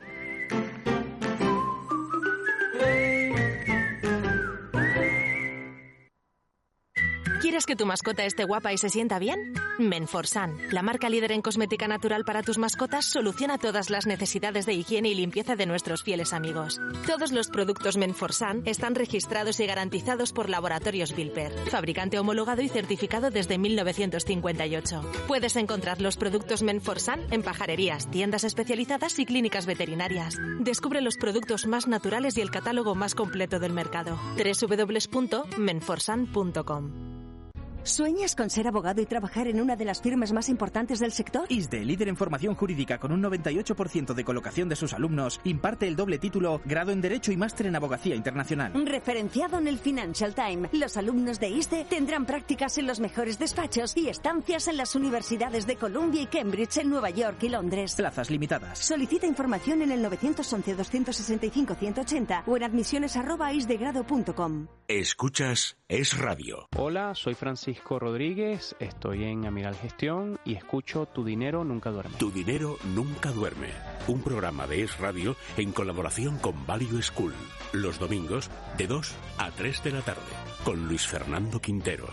¿Quieres que tu mascota esté guapa y se sienta bien? Menforsan, la marca líder en cosmética natural para tus mascotas, soluciona todas las necesidades de higiene y limpieza de nuestros fieles amigos. Todos los productos Menforsan están registrados y garantizados por Laboratorios Bilper, fabricante homologado y certificado desde mil novecientos cincuenta y ocho. Puedes encontrar los productos Menforsan en pajarerías, tiendas especializadas y clínicas veterinarias. Descubre los productos más naturales y el catálogo más completo del mercado. doble u doble u doble u punto menforsan punto com. ¿Sueñas con ser abogado y trabajar en una de las firmas más importantes del sector? I S D E, líder en formación jurídica con un noventa y ocho por ciento de colocación de sus alumnos, imparte el doble título, grado en Derecho y máster en Abogacía Internacional. Referenciado en el Financial Times, los alumnos de I S D E tendrán prácticas en los mejores despachos y estancias en las universidades de Columbia y Cambridge en Nueva York y Londres. Plazas limitadas. Solicita información en el nueve once, dos seis cinco, uno ochenta o en admisiones arroba isdegrado punto com. Escuchas Es Radio. Hola, soy Francisco Rodríguez, estoy en Amiral Gestión y escucho Tu Dinero Nunca Duerme. Tu Dinero Nunca Duerme, un programa de Es Radio en colaboración con Value School, los domingos de dos a tres de la tarde, con Luis Fernando Quintero.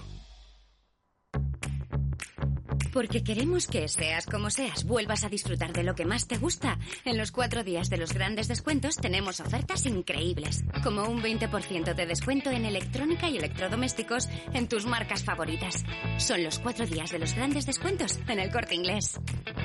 Porque queremos que, seas como seas, vuelvas a disfrutar de lo que más te gusta. En los cuatro días de los grandes descuentos tenemos ofertas increíbles, como un veinte por ciento de descuento en electrónica y electrodomésticos en tus marcas favoritas. Son los cuatro días de los grandes descuentos en El Corte Inglés.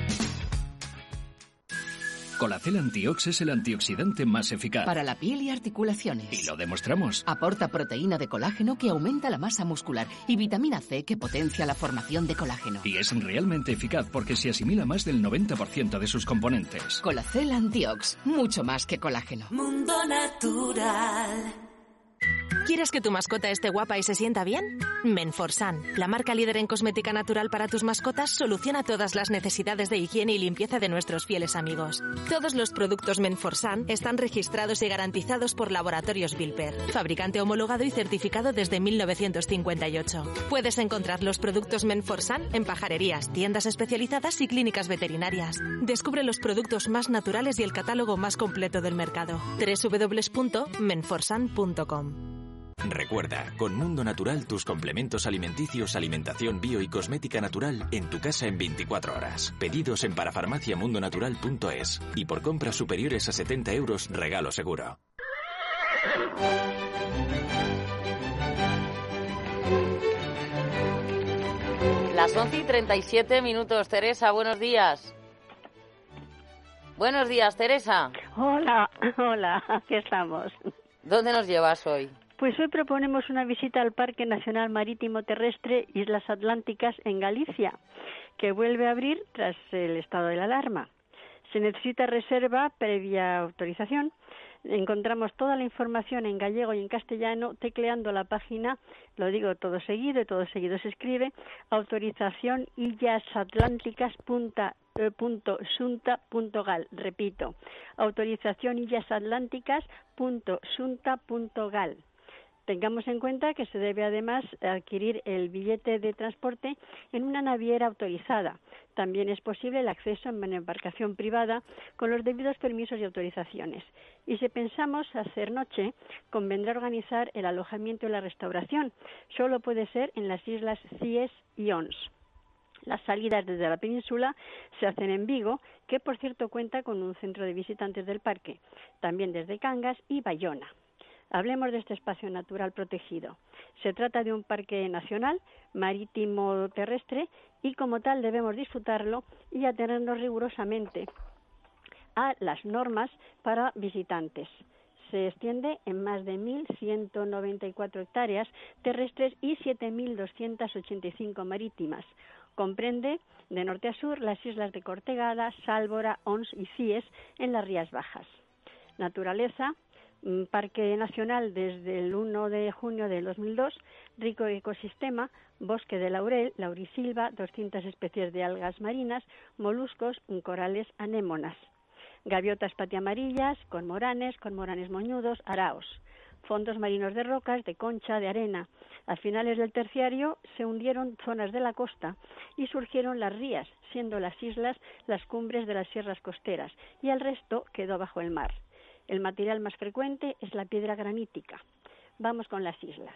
Colacel Antiox es el antioxidante más eficaz para la piel y articulaciones. Y lo demostramos. Aporta proteína de colágeno que aumenta la masa muscular y vitamina C que potencia la formación de colágeno. Y es realmente eficaz porque se asimila más del noventa por ciento de sus componentes. Colacel Antiox, mucho más que colágeno. Mundo Natural. ¿Quieres que tu mascota esté guapa y se sienta bien? Menforsan, la marca líder en cosmética natural para tus mascotas, soluciona todas las necesidades de higiene y limpieza de nuestros fieles amigos. Todos los productos Menforsan están registrados y garantizados por Laboratorios Bilper, fabricante homologado y certificado desde mil novecientos cincuenta y ocho. Puedes encontrar los productos Menforsan en pajarerías, tiendas especializadas y clínicas veterinarias. Descubre los productos más naturales y el catálogo más completo del mercado. doble u doble u doble u punto menforsan punto com. Recuerda, con Mundo Natural tus complementos alimenticios, alimentación bio y cosmética natural en tu casa en veinticuatro horas. Pedidos en parafarmaciamundonatural punto es y por compras superiores a setenta euros regalo seguro. Las once y treinta y siete minutos. Teresa, buenos días. Buenos días, Teresa. Hola, hola, aquí estamos. ¿Dónde nos llevas hoy? Pues hoy proponemos una visita al Parque Nacional Marítimo Terrestre Islas Atlánticas en Galicia, que vuelve a abrir tras el estado de la alarma. Se necesita reserva previa autorización. Encontramos toda la información en gallego y en castellano tecleando la página, lo digo todo seguido y todo seguido se escribe, autorización illasatlánticas punto xunta punto gal. Repito, autorización illasatlánticas punto xunta punto gal. Tengamos en cuenta que se debe además adquirir el billete de transporte en una naviera autorizada. También es posible el acceso en una embarcación privada con los debidos permisos y autorizaciones. Y si pensamos hacer noche, convendrá organizar el alojamiento y la restauración. Solo puede ser en las islas Cíes y Ons. Las salidas desde la península se hacen en Vigo, que por cierto cuenta con un centro de visitantes del parque, también desde Cangas y Bayona. Hablemos de este espacio natural protegido. Se trata de un parque nacional, marítimo terrestre, y como tal debemos disfrutarlo y atenernos rigurosamente a las normas para visitantes. Se extiende en más de mil ciento noventa y cuatro hectáreas terrestres y siete mil doscientas ochenta y cinco marítimas. Comprende de norte a sur las islas de Cortegada, Sálvora, Ons y Cíes en las Rías Bajas. Naturaleza. Parque Nacional desde el primero de junio del dos mil dos, rico ecosistema, bosque de laurel, laurisilva, doscientas especies de algas marinas, moluscos, corales, anémonas, gaviotas patiamarillas, cormoranes, cormoranes moñudos, araos, fondos marinos de rocas, de concha, de arena. A finales del terciario se hundieron zonas de la costa y surgieron las rías, siendo las islas las cumbres de las sierras costeras y el resto quedó bajo el mar. El material más frecuente es la piedra granítica. Vamos con las islas.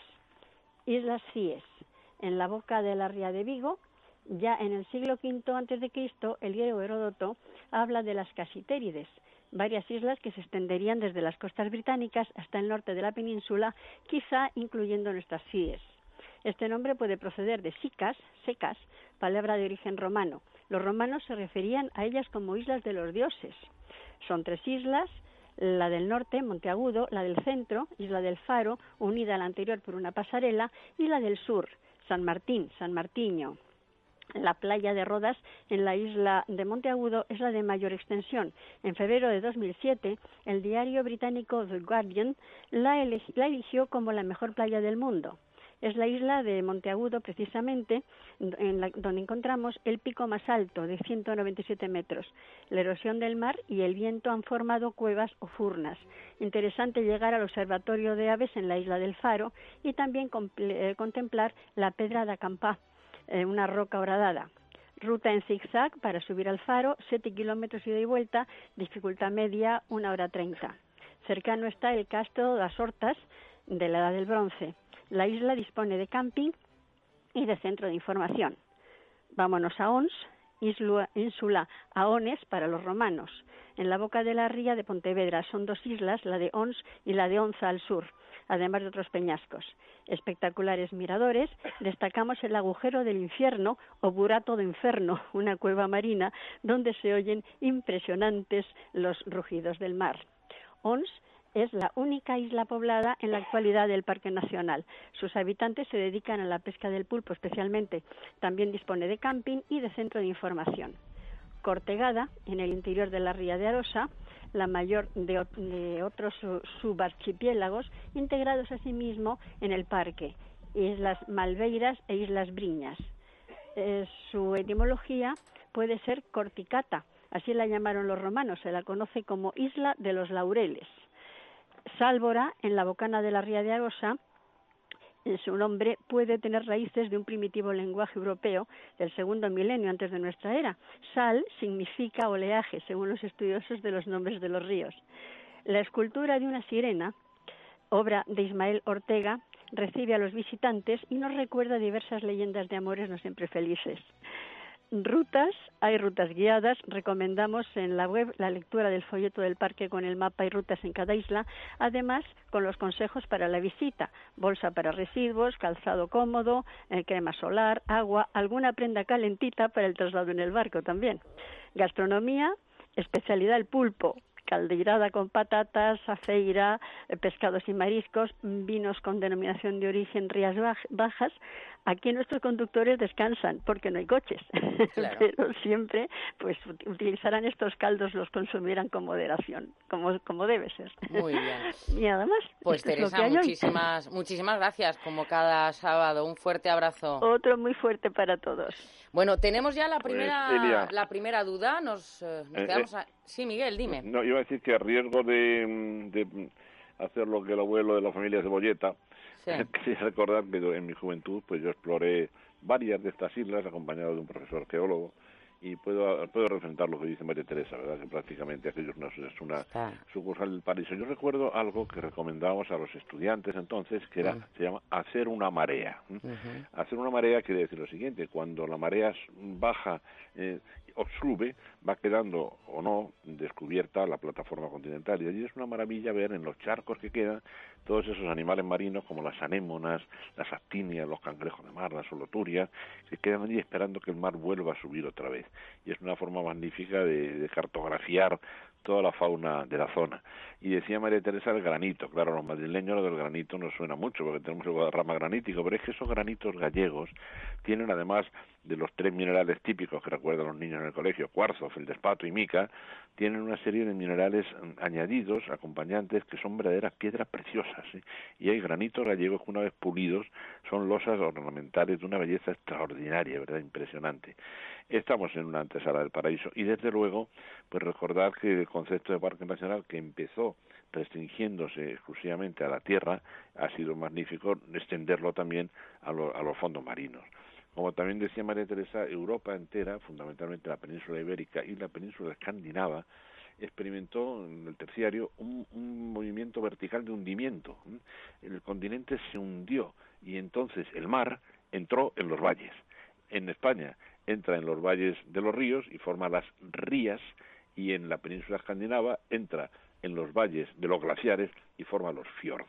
Islas Cíes. En la boca de la ría de Vigo, ya en el siglo quinto antes de Cristo, el griego Heródoto habla de las Casitérides, varias islas que se extenderían desde las costas británicas hasta el norte de la península, quizá incluyendo nuestras Cíes. Este nombre puede proceder de sicas, secas, palabra de origen romano. Los romanos se referían a ellas como islas de los dioses. Son tres islas. La del norte, Monteagudo, la del centro, Isla del Faro, unida a la anterior por una pasarela, y la del sur, San Martín, San Martiño. La playa de Rodas, en la isla de Monteagudo, es la de mayor extensión. En febrero de dos mil siete, el diario británico The Guardian la, eleg- la eligió como la mejor playa del mundo. Es la isla de Monteagudo, precisamente, en la, donde encontramos el pico más alto, de ciento noventa y siete metros. La erosión del mar y el viento han formado cuevas o furnas. Interesante llegar al observatorio de aves en la isla del Faro y también comple- eh, contemplar la Pedra da Campá, eh, una roca horadada. Ruta en zigzag para subir al Faro, siete kilómetros ida y vuelta, dificultad media, una hora treinta. Cercano está el Castro das Hortas, de la Edad del Bronce. La isla dispone de camping y de centro de información. Vámonos a Ons, isla, ínsula Aones para los romanos. En la boca de la ría de Pontevedra son dos islas, la de Ons y la de Onza al sur, además de otros peñascos. Espectaculares miradores, destacamos el agujero del infierno o burato de inferno, una cueva marina donde se oyen impresionantes los rugidos del mar. Ons es la única isla poblada en la actualidad del Parque Nacional. Sus habitantes se dedican a la pesca del pulpo especialmente. También dispone de camping y de centro de información. cortegada en el interior de la ría de Arosa, la mayor de, de otros subarchipiélagos, integrados asimismo en el parque, Islas Malveiras e Islas Briñas. Eh, su etimología puede ser corticata, así la llamaron los romanos, se la conoce como Isla de los Laureles. Sálvora, en la bocana de la ría de Arosa, en su nombre puede tener raíces de un primitivo lenguaje europeo del segundo milenio antes de nuestra era. Sal significa oleaje, según los estudiosos de los nombres de los ríos. La escultura de una sirena, obra de Ismael Ortega, recibe a los visitantes y nos recuerda diversas leyendas de amores no siempre felices. Rutas, hay rutas guiadas, recomendamos en la web la lectura del folleto del parque con el mapa y rutas en cada isla, además con los consejos para la visita, bolsa para residuos, calzado cómodo, eh, crema solar, agua, alguna prenda calentita para el traslado en el barco también. Gastronomía, especialidad el pulpo, caldeirada con patatas, afeira, pescados y mariscos, vinos con denominación de origen Rías Bajas. Aquí nuestros conductores descansan porque no hay coches, claro. Pero siempre pues utilizarán estos caldos, los consumirán con moderación, como, como debe ser. Muy bien. Y nada más. Pues Teresa, muchísimas, muchísimas gracias, como cada sábado. Un fuerte abrazo. Otro muy fuerte para todos. Bueno, tenemos ya la primera, pues, la primera duda. Nos, eh, nos quedamos eh, a... Sí, Miguel, dime. No, iba a decir que a riesgo de, de hacer lo que el abuelo de la familia Cebolleta, sí. Quería recordar que en mi juventud pues yo exploré varias de estas islas acompañado de un profesor geólogo y puedo puedo representar lo que dice María Teresa, ¿verdad? Que prácticamente aquello es una, es una sucursal del paraíso. Yo recuerdo algo que recomendábamos a los estudiantes entonces, que era, uh-huh. se llama hacer una marea. Uh-huh. Hacer una marea quiere decir lo siguiente: cuando la marea baja eh, o sube, va quedando o no descubierta la plataforma continental, y allí es una maravilla ver en los charcos que quedan todos esos animales marinos como las anémonas, las actinias, los cangrejos de mar, las soloturias, que quedan allí esperando que el mar vuelva a subir otra vez, y es una forma magnífica de, de cartografiar toda la fauna de la zona. Y decía María Teresa el granito. Claro, a los madrileños lo del granito nos suena mucho porque tenemos el Guadarrama granítico, pero es que esos granitos gallegos tienen, además de los tres minerales típicos que recuerdan los niños en el colegio, cuarzo, feldespato y mica, tienen una serie de minerales añadidos, acompañantes, que son verdaderas piedras preciosas, ¿sí? Y hay granitos gallegos que una vez pulidos son losas ornamentales de una belleza extraordinaria, ¿verdad? Impresionante. Estamos en una antesala del paraíso y desde luego pues recordar que el concepto de parque nacional, que empezó restringiéndose exclusivamente a la tierra, ha sido magnífico extenderlo también a, lo, a los fondos marinos. Como también decía María Teresa, Europa entera, fundamentalmente la península ibérica y la península escandinava, experimentó en el terciario un, un movimiento vertical de hundimiento. El continente se hundió y entonces el mar entró en los valles. En España entra en los valles de los ríos y forma las rías, y en la península escandinava entra en los valles de los glaciares y forma los fiordos.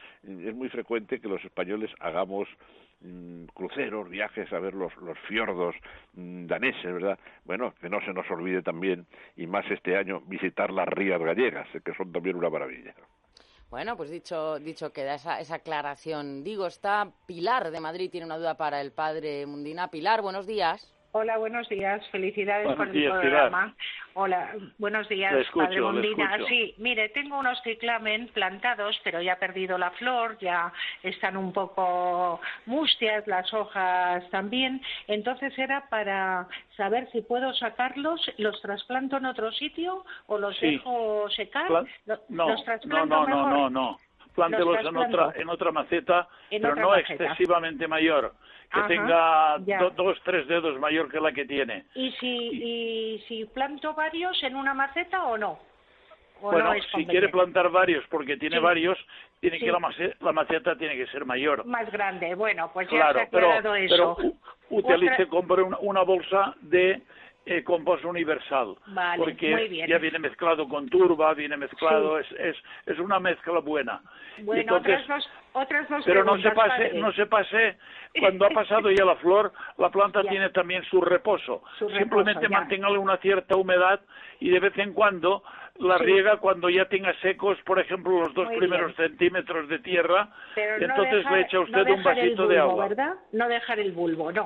Es muy frecuente que los españoles hagamos mmm, cruceros, viajes a ver los, los fiordos mmm, daneses, ¿verdad? Bueno, que no se nos olvide también, y más este año, visitar las rías gallegas, que son también una maravilla. Bueno, pues dicho dicho queda esa, esa aclaración. Digo, está Pilar de Madrid, tiene una duda para el padre Mundina. Pilar, buenos días. Hola, buenos días. Felicidades buenos por días, el programa. Pilar. Hola, buenos días, le escucho, padre Mundina. le escucho. Sí, mire, tengo unos ciclamen plantados, pero ya ha perdido la flor, ya están un poco mustias, las hojas también. Entonces era para saber si puedo sacarlos, los trasplanto en otro sitio o los sí. dejo secar. Pla no, los no, no, no, no, no. Plántelos en otra, en otra maceta, en pero otra no maceta. excesivamente mayor, que Ajá, tenga ya. do, dos, tres dedos mayor que la que tiene. ¿Y si, y... y si planto varios en una maceta o no? ¿O bueno, no es si quiere plantar varios, porque tiene sí. varios, tiene sí. que la maceta, la maceta tiene que ser mayor. Más grande, bueno, pues ya claro, se ha aclarado pero, eso. Pero utilice, Otra... compre una, una bolsa de eh, compost universal, vale, porque muy bien. ya viene mezclado con turba, viene mezclado, sí. es, es es una mezcla buena. Bueno, entonces, otras dos, otras dos pero no se pase, padre. no se pase, cuando ha pasado ya la flor, la planta ya. tiene también su reposo. Su Simplemente reposo, manténgale una cierta humedad y de vez en cuando la sí. riega cuando ya tenga secos, por ejemplo, los dos Muy primeros bien. centímetros de tierra, pero entonces no dejar, le echa usted no un vasito bulbo, de agua. ¿verdad? No dejar el bulbo, no.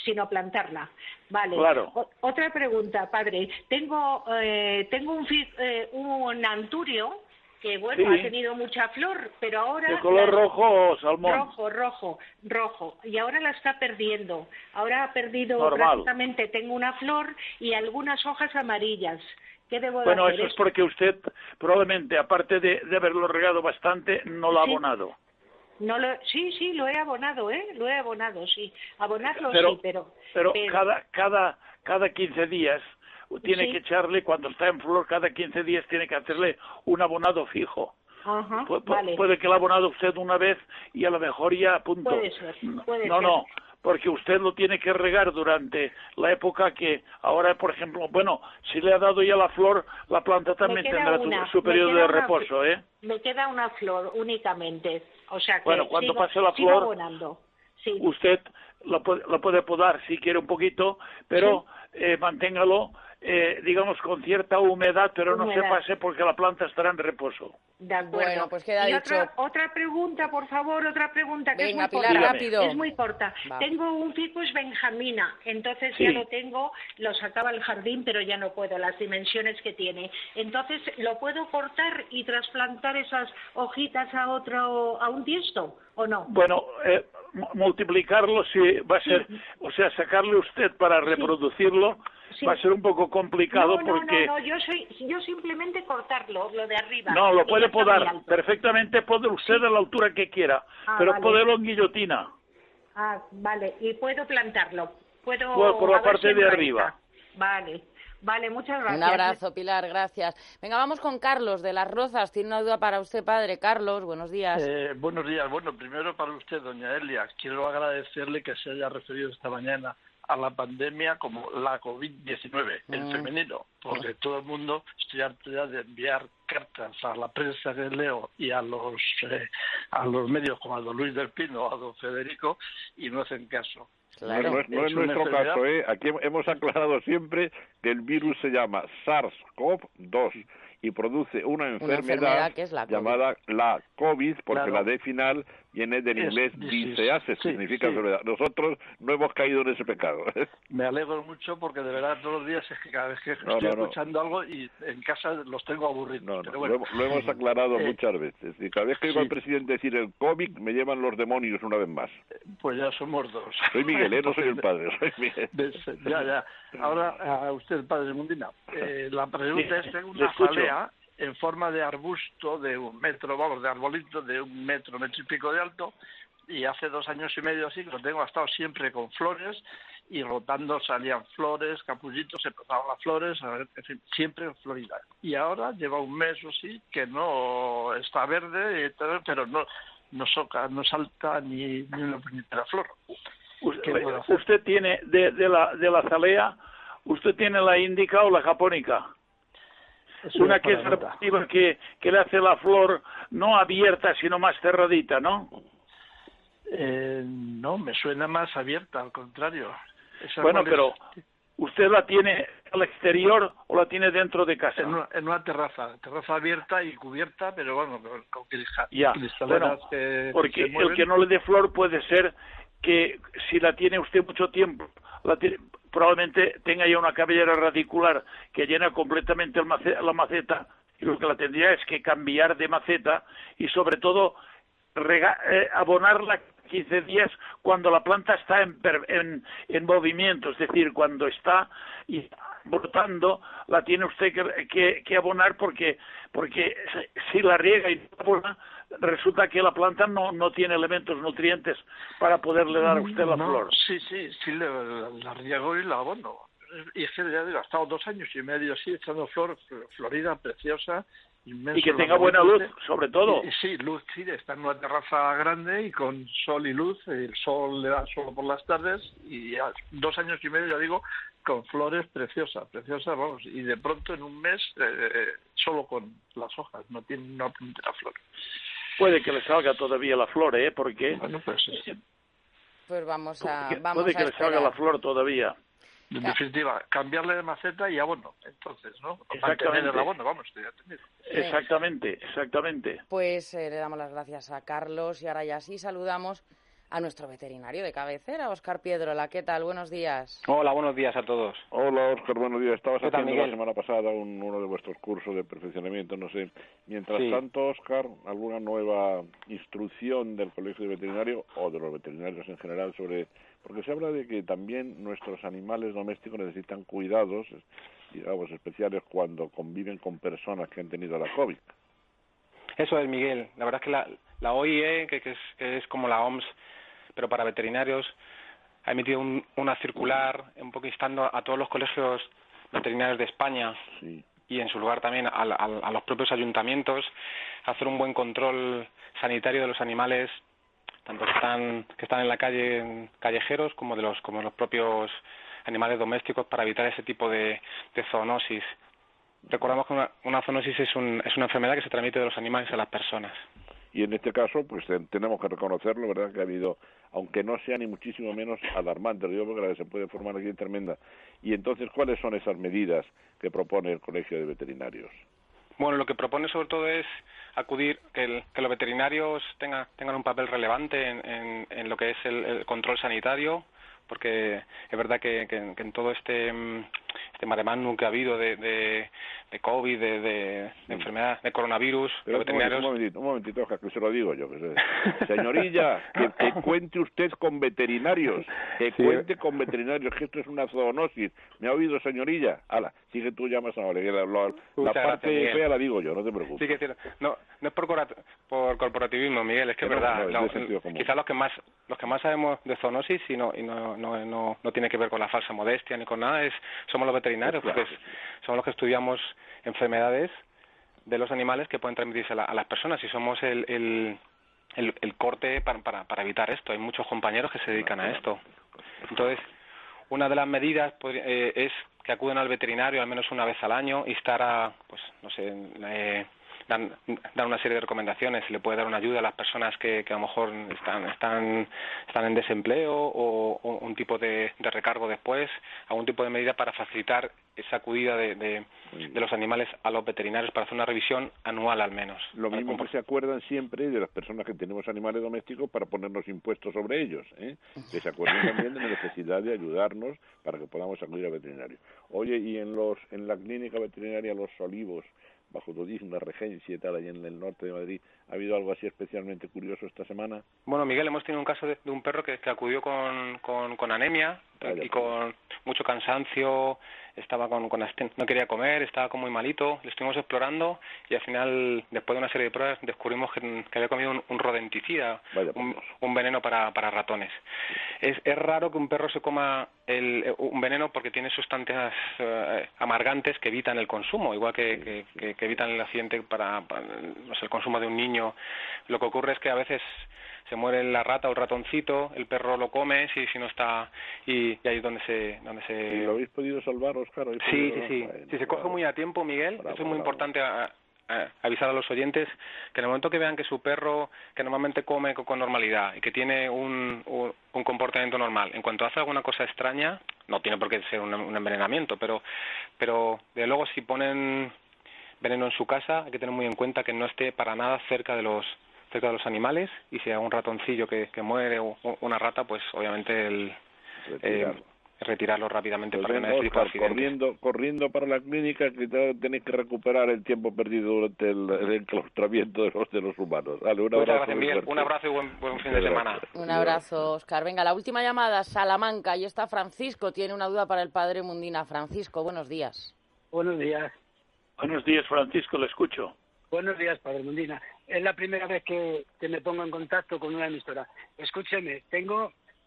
sino plantarla. Vale. Claro. O- otra pregunta, padre. Tengo eh, tengo un, fi- eh, un anturio que, bueno, Sí. ha tenido mucha flor, pero ahora... ¿De color la- rojo o salmón? Rojo, rojo, rojo. Y ahora la está perdiendo. Ahora ha perdido Normal. prácticamente, tengo una flor y algunas hojas amarillas. ¿Qué debo de Bueno, hacer? eso es porque usted probablemente, aparte de, de haberlo regado bastante, no lo ha Sí. abonado. No lo, sí, sí, lo he abonado, ¿eh? Lo he abonado, sí. Abonarlo Pero, sí, pero... pero, pero- cada cada cada quince días tiene Sí. que echarle, cuando está en flor, cada quince días tiene que hacerle un abonado fijo. Ajá, Pu- pu- vale. Puede que lo ha abonado usted una vez y a lo mejor ya punto. Puede ser, puede no, ser. no, porque usted lo tiene que regar durante la época que ahora, por ejemplo, bueno, si le ha dado ya la flor, la planta también queda tendrá tu- una, su me periodo queda de una reposo, ¿eh? Me queda una flor únicamente. O sea que Bueno, cuando sigo, pase la sigo flor, abonando. Sí. Usted lo puede, lo puede podar si quiere un poquito, pero eh, manténgalo, eh, digamos, con cierta humedad, pero no se Humedad. pase porque la planta estará en reposo. De acuerdo. Bueno, pues queda y dicho. Otra, otra pregunta, por favor, otra pregunta que Venga, es muy Pilar, corta. rápido. Es muy corta. Va. Tengo un ficus benjamina, entonces Sí. ya lo tengo, lo sacaba al jardín, pero ya no puedo, las dimensiones que tiene. Entonces, ¿lo puedo cortar y trasplantar esas hojitas a otro, a un tiesto o no? Bueno, eh, mu- multiplicarlo si va a ser, o sea, sacarle usted para reproducirlo Sí. va a ser un poco complicado no, no, porque no, no, yo soy, yo simplemente cortarlo, lo de arriba. no, lo que puede ya está muy podar alto. perfectamente, puede usted a la altura que quiera, Ah, pero vale. poderlo en guillotina. Ah, vale, y puedo plantarlo. Puedo Por- por la a ver parte si de enraíza. arriba. Vale, vale, muchas gracias. Un abrazo, Pilar, gracias. Venga, vamos con Carlos de Las Rozas. Tiene una duda para usted, padre. Carlos, buenos días. Eh, buenos días. Bueno, primero para usted, doña Elia, quiero agradecerle que se haya referido esta mañana a la pandemia como la COVID diecinueve, el Mm. femenino, porque todo el mundo, estoy harto ya de enviar cartas a la prensa que leo y a los eh, a los medios como a don Luis del Pino o a don Federico y no hacen caso. No, no es, no es una nuestro enfermedad- caso, ¿eh? Aquí hemos aclarado siempre que el virus se llama SARS-CoV dos y produce una enfermedad, enfermedad que es la COVID. llamada la COVID, porque Claro. la D final viene del Es inglés disease. disease, Sí, significa sí. enfermedad. Nosotros no hemos caído en ese pecado. Me alegro mucho porque de verdad todos los días es que cada vez que No, estoy no, no. escuchando algo y en casa los tengo aburridos. No, no, pero lo, bueno. hemos, lo hemos aclarado Eh, muchas veces. Y cada vez que oigo sí. al presidente decir el COVID, me llevan los demonios una vez más. Pues ya somos dos. Soy Miguel, ¿eh? No soy el padre, soy Miguel. Des- ya, ya. Ahora a usted, padre Mundina. Eh, la pregunta es, tengo Le una escucho. jalea en forma de arbusto de un metro, vamos, de arbolito de un metro, metro y pico de alto, y hace dos años y medio así que lo tengo, ha estado siempre con flores, y rotando salían flores, capullitos, se empezaban las flores, a ver, en fin, siempre en Florida. Y ahora lleva un mes o sí que no está verde, y todo, pero no no, soca, no salta ni, ni una puñetera flor. ¿Qué puedo hacer? Usted tiene de, de la de la azalea, usted tiene la índica o la japónica. Eso Una es que para es nota. reactiva, que, que le hace la flor no abierta, sino más cerradita, ¿no? Eh, no, me suena más abierta, al contrario. Esa Bueno, cuál es- pero ¿usted la tiene al exterior o la tiene dentro de casa? En una, en una terraza, terraza abierta y cubierta, pero bueno, con, con crija- Ya, cristaleras bueno, que porque se mueven. el que no le dé flor puede ser que si la tiene usted mucho tiempo, la tiene- probablemente tenga ya una cabellera radicular que llena completamente el mace- la maceta, y lo que la tendría es que cambiar de maceta y sobre todo rega- eh, abonarla quince días cuando la planta está en, per- en, en movimiento, es decir, cuando está y brotando, la tiene usted que, que, que abonar porque porque si la riega y no la abona, resulta que la planta no, no tiene elementos nutrientes para poderle dar a usted la No, flor. Sí, sí, sí, le- la, la riego y la abono. Y es que ya digo, ha estado dos años y medio así, echando flor, fl- florida, preciosa. Inmenso Y que el tenga buena luz, ambiente. sobre todo. Y- y sí, luz, sí, está en una terraza grande y con sol y luz. El sol le da solo por las tardes y ya dos años y medio, ya digo, con flores preciosas, preciosas, vamos. Y de pronto en un mes, eh, solo con las hojas, no tiene una puntera flor. Puede que le salga todavía la flor, ¿eh? Porque Bueno, pues sí. Pues vamos a, puede vamos que a le salga esperar. la flor todavía. En definitiva, cambiarle de maceta y abono, entonces, ¿no? Exactamente. Mantener el abono, vamos, estoy atendido. Exactamente, exactamente. Pues eh, le damos las gracias a Carlos y ahora ya sí saludamos a nuestro veterinario de cabecera, Óscar Piedrola. ¿Qué tal? Buenos días. Hola, buenos días a todos. Hola, Óscar, buenos días. Estabas ¿Qué tal, haciendo Miguel? la semana pasada un, uno de vuestros cursos de perfeccionamiento, no sé. Mientras Sí. tanto, Óscar, ¿alguna nueva instrucción del Colegio de Veterinario o de los veterinarios en general sobre...? Porque se habla de que también nuestros animales domésticos necesitan cuidados, digamos, especiales cuando conviven con personas que han tenido la COVID. Eso es, Miguel. La verdad es que la, la O I E, que, que, es, que es como la O M S, pero para veterinarios, ha emitido un, una circular un poco instando a todos los colegios veterinarios de España sí. y en su lugar también a, a, a los propios ayuntamientos a hacer un buen control sanitario de los animales, tanto que están que están en la calle, callejeros, como de los como de los propios animales domésticos, para evitar ese tipo de, de zoonosis. Recordamos que una, una zoonosis es, un, es una enfermedad que se transmite de los animales a las personas. Y en este caso, pues tenemos que reconocerlo, ¿verdad?, que ha habido, aunque no sea ni muchísimo menos alarmante, lo digo porque la que se puede formar aquí es tremenda. Y entonces, ¿cuáles son esas medidas que propone el Colegio de Veterinarios? Bueno, lo que propone sobre todo es acudir, que, el, que los veterinarios tengan, tengan un papel relevante en, en, en lo que es el, el control sanitario, porque es verdad que, que, que en todo este este maremán que ha habido de, de, de COVID, de, de, de enfermedad, de coronavirus, Pero los veterinarios... Un momentito, un momentito, Oscar, que se lo digo yo. Que se... Señorilla, que, que cuente usted con veterinarios, que Sí. cuente con veterinarios, que esto es una zoonosis. ¿Me ha oído, señorilla? Hala, sigue tú, llamas ahora. La, la, la Muchas parte gracias, Miguel. fea la digo yo, no te preocupes. Sí, que es cierto. No, no es por, corat- por corporativismo, Miguel, es que No, es verdad. no, es No, de sentido común. quizás los que más los que más sabemos de zoonosis y no y no, no, no, no tiene que ver con la falsa modestia ni con nada, es somos los veterinarios, Pues claro. porque es- somos los que estudiamos enfermedades de los animales que pueden transmitirse a, la- a las personas y somos el, el, el, el corte para, para, para evitar esto. Hay muchos compañeros que se dedican a esto. Entonces, una de las medidas podría- eh, es que acuden al veterinario al menos una vez al año, instar a, pues, no sé, eh, dan, dan una serie de recomendaciones, se le puede dar una ayuda a las personas que, que a lo mejor están están están en desempleo o, o un tipo de, de recargo después, algún tipo de medida para facilitar esa acudida de, de, de los animales a los veterinarios para hacer una revisión anual al menos. Lo mismo que se acuerdan siempre de las personas que tenemos animales domésticos para ponernos impuestos sobre ellos, ¿eh? Que se acuerden también de la necesidad de ayudarnos para que podamos acudir al veterinario. Oye, y en los en la clínica veterinaria Los Olivos, bajo tu digna regencia y tal, allá en el norte de Madrid, ¿ha habido algo así especialmente curioso esta semana? Bueno, Miguel, hemos tenido un caso de, de un perro que, que acudió con, con, con anemia Vaya, y con mucho cansancio, estaba con, con astén, no quería comer, estaba como muy malito, lo estuvimos explorando y al final, después de una serie de pruebas, descubrimos que, que había comido un, un rodenticida, un, un veneno para, para ratones. Es, es raro que un perro se coma el, un veneno porque tiene sustancias eh, amargantes que evitan el consumo, igual que, que, que, que evitan el accidente para, para no sé, el consumo de un niño. Lo que ocurre es que a veces se muere la rata o el ratoncito, el perro lo come si si no está y, y ahí es donde se donde se ¿Y lo habéis podido salvar, Óscar? ¿Habéis sí podido- sí sí Bueno, si se coge muy a tiempo, Miguel, bravo, eso es muy bravo. importante a, a- avisar a los oyentes que en el momento que vean que su perro, que normalmente come con, con normalidad y que tiene un, un, un comportamiento normal, en cuanto hace alguna cosa extraña, no tiene por qué ser un, un envenenamiento, pero pero de luego si ponen veneno en su casa hay que tener muy en cuenta que no esté para nada cerca de los cerca de los animales y si hay un ratoncillo que, que muere o o una rata, pues obviamente el Retirarlo. eh, retirarlo rápidamente Pues para que venga, no haya ese tipo de Óscar, accidentes. corriendo, corriendo para la clínica, que te- tenéis que recuperar el tiempo perdido durante el, el enclaustramiento de los, de los humanos. Dale, un Muchas abrazo gracias, muy Miguel. fuerte. Un abrazo y buen, buen fin de Muchas semana. gracias. Un abrazo, Óscar. Venga, la última llamada, Salamanca. Ahí está Francisco. Tiene una duda para el padre Mundina. Francisco, buenos días. Buenos días. Buenos días, Francisco, le escucho. Buenos días, Padre Mundina. Es la primera vez que, que me pongo en contacto con una emisora. Escúcheme, tengo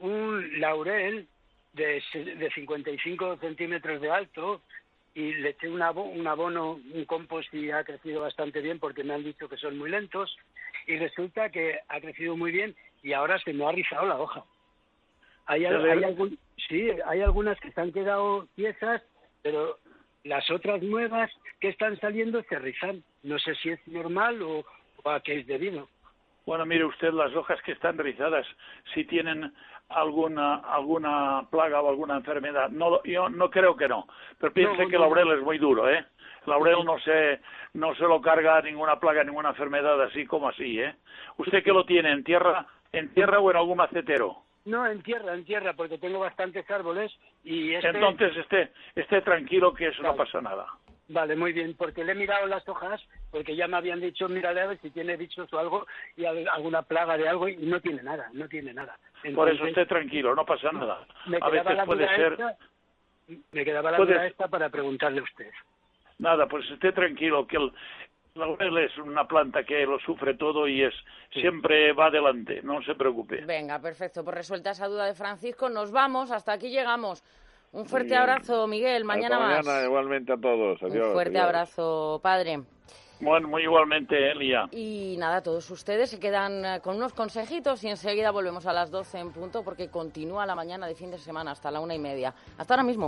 un laurel de, se- de cincuenta y cinco centímetros de alto y le eché un, abo- un abono, un compost y ha crecido bastante bien porque me han dicho que son muy lentos y resulta que ha crecido muy bien y ahora se me ha rizado la hoja. Hay, al- ¿Se le- hay algún- sí, hay algunas que se han quedado tiesas, pero las otras nuevas que están saliendo se rizan. No sé si es normal o, o a qué es debido. Bueno, mire usted, las hojas que están rizadas, si tienen alguna alguna plaga o alguna enfermedad. No, lo- yo no creo que no, pero piense No, que el no, laurel no. es muy duro, ¿eh? El laurel no se no se lo carga ninguna plaga, ninguna enfermedad así como así, ¿eh? Usted que lo tiene en tierra, ¿En tierra o en algún macetero? No, en tierra, en tierra, porque tengo bastantes árboles y este... Entonces esté, esté tranquilo que eso vale. no pasa nada. Vale, muy bien, porque le he mirado las hojas, porque ya me habían dicho, mírale a ver si tiene bichos o algo, y alguna plaga de algo, y no tiene nada, no tiene nada. Entonces, por eso esté tranquilo, no pasa nada. Me a veces la puede ser... Esta, me quedaba la puede... duda esta para preguntarle a usted. Nada, pues esté tranquilo, que el laurel es una planta que lo sufre todo y es sí. siempre va adelante, no se preocupe. Venga, perfecto, pues resuelta esa duda de Francisco, nos vamos, hasta aquí llegamos. Un fuerte abrazo, Miguel, mañana hasta más. Mañana, igualmente a todos, adiós. Un fuerte adiós. abrazo, padre. Bueno, muy igualmente, Elia. Y nada, todos ustedes se quedan con unos consejitos y enseguida volvemos a las doce en punto porque continúa la mañana de fin de semana hasta la una y media. Hasta ahora mismo.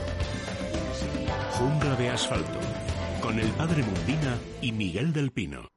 Jungla de asfalto, con el padre Mundina y Miguel del Pino.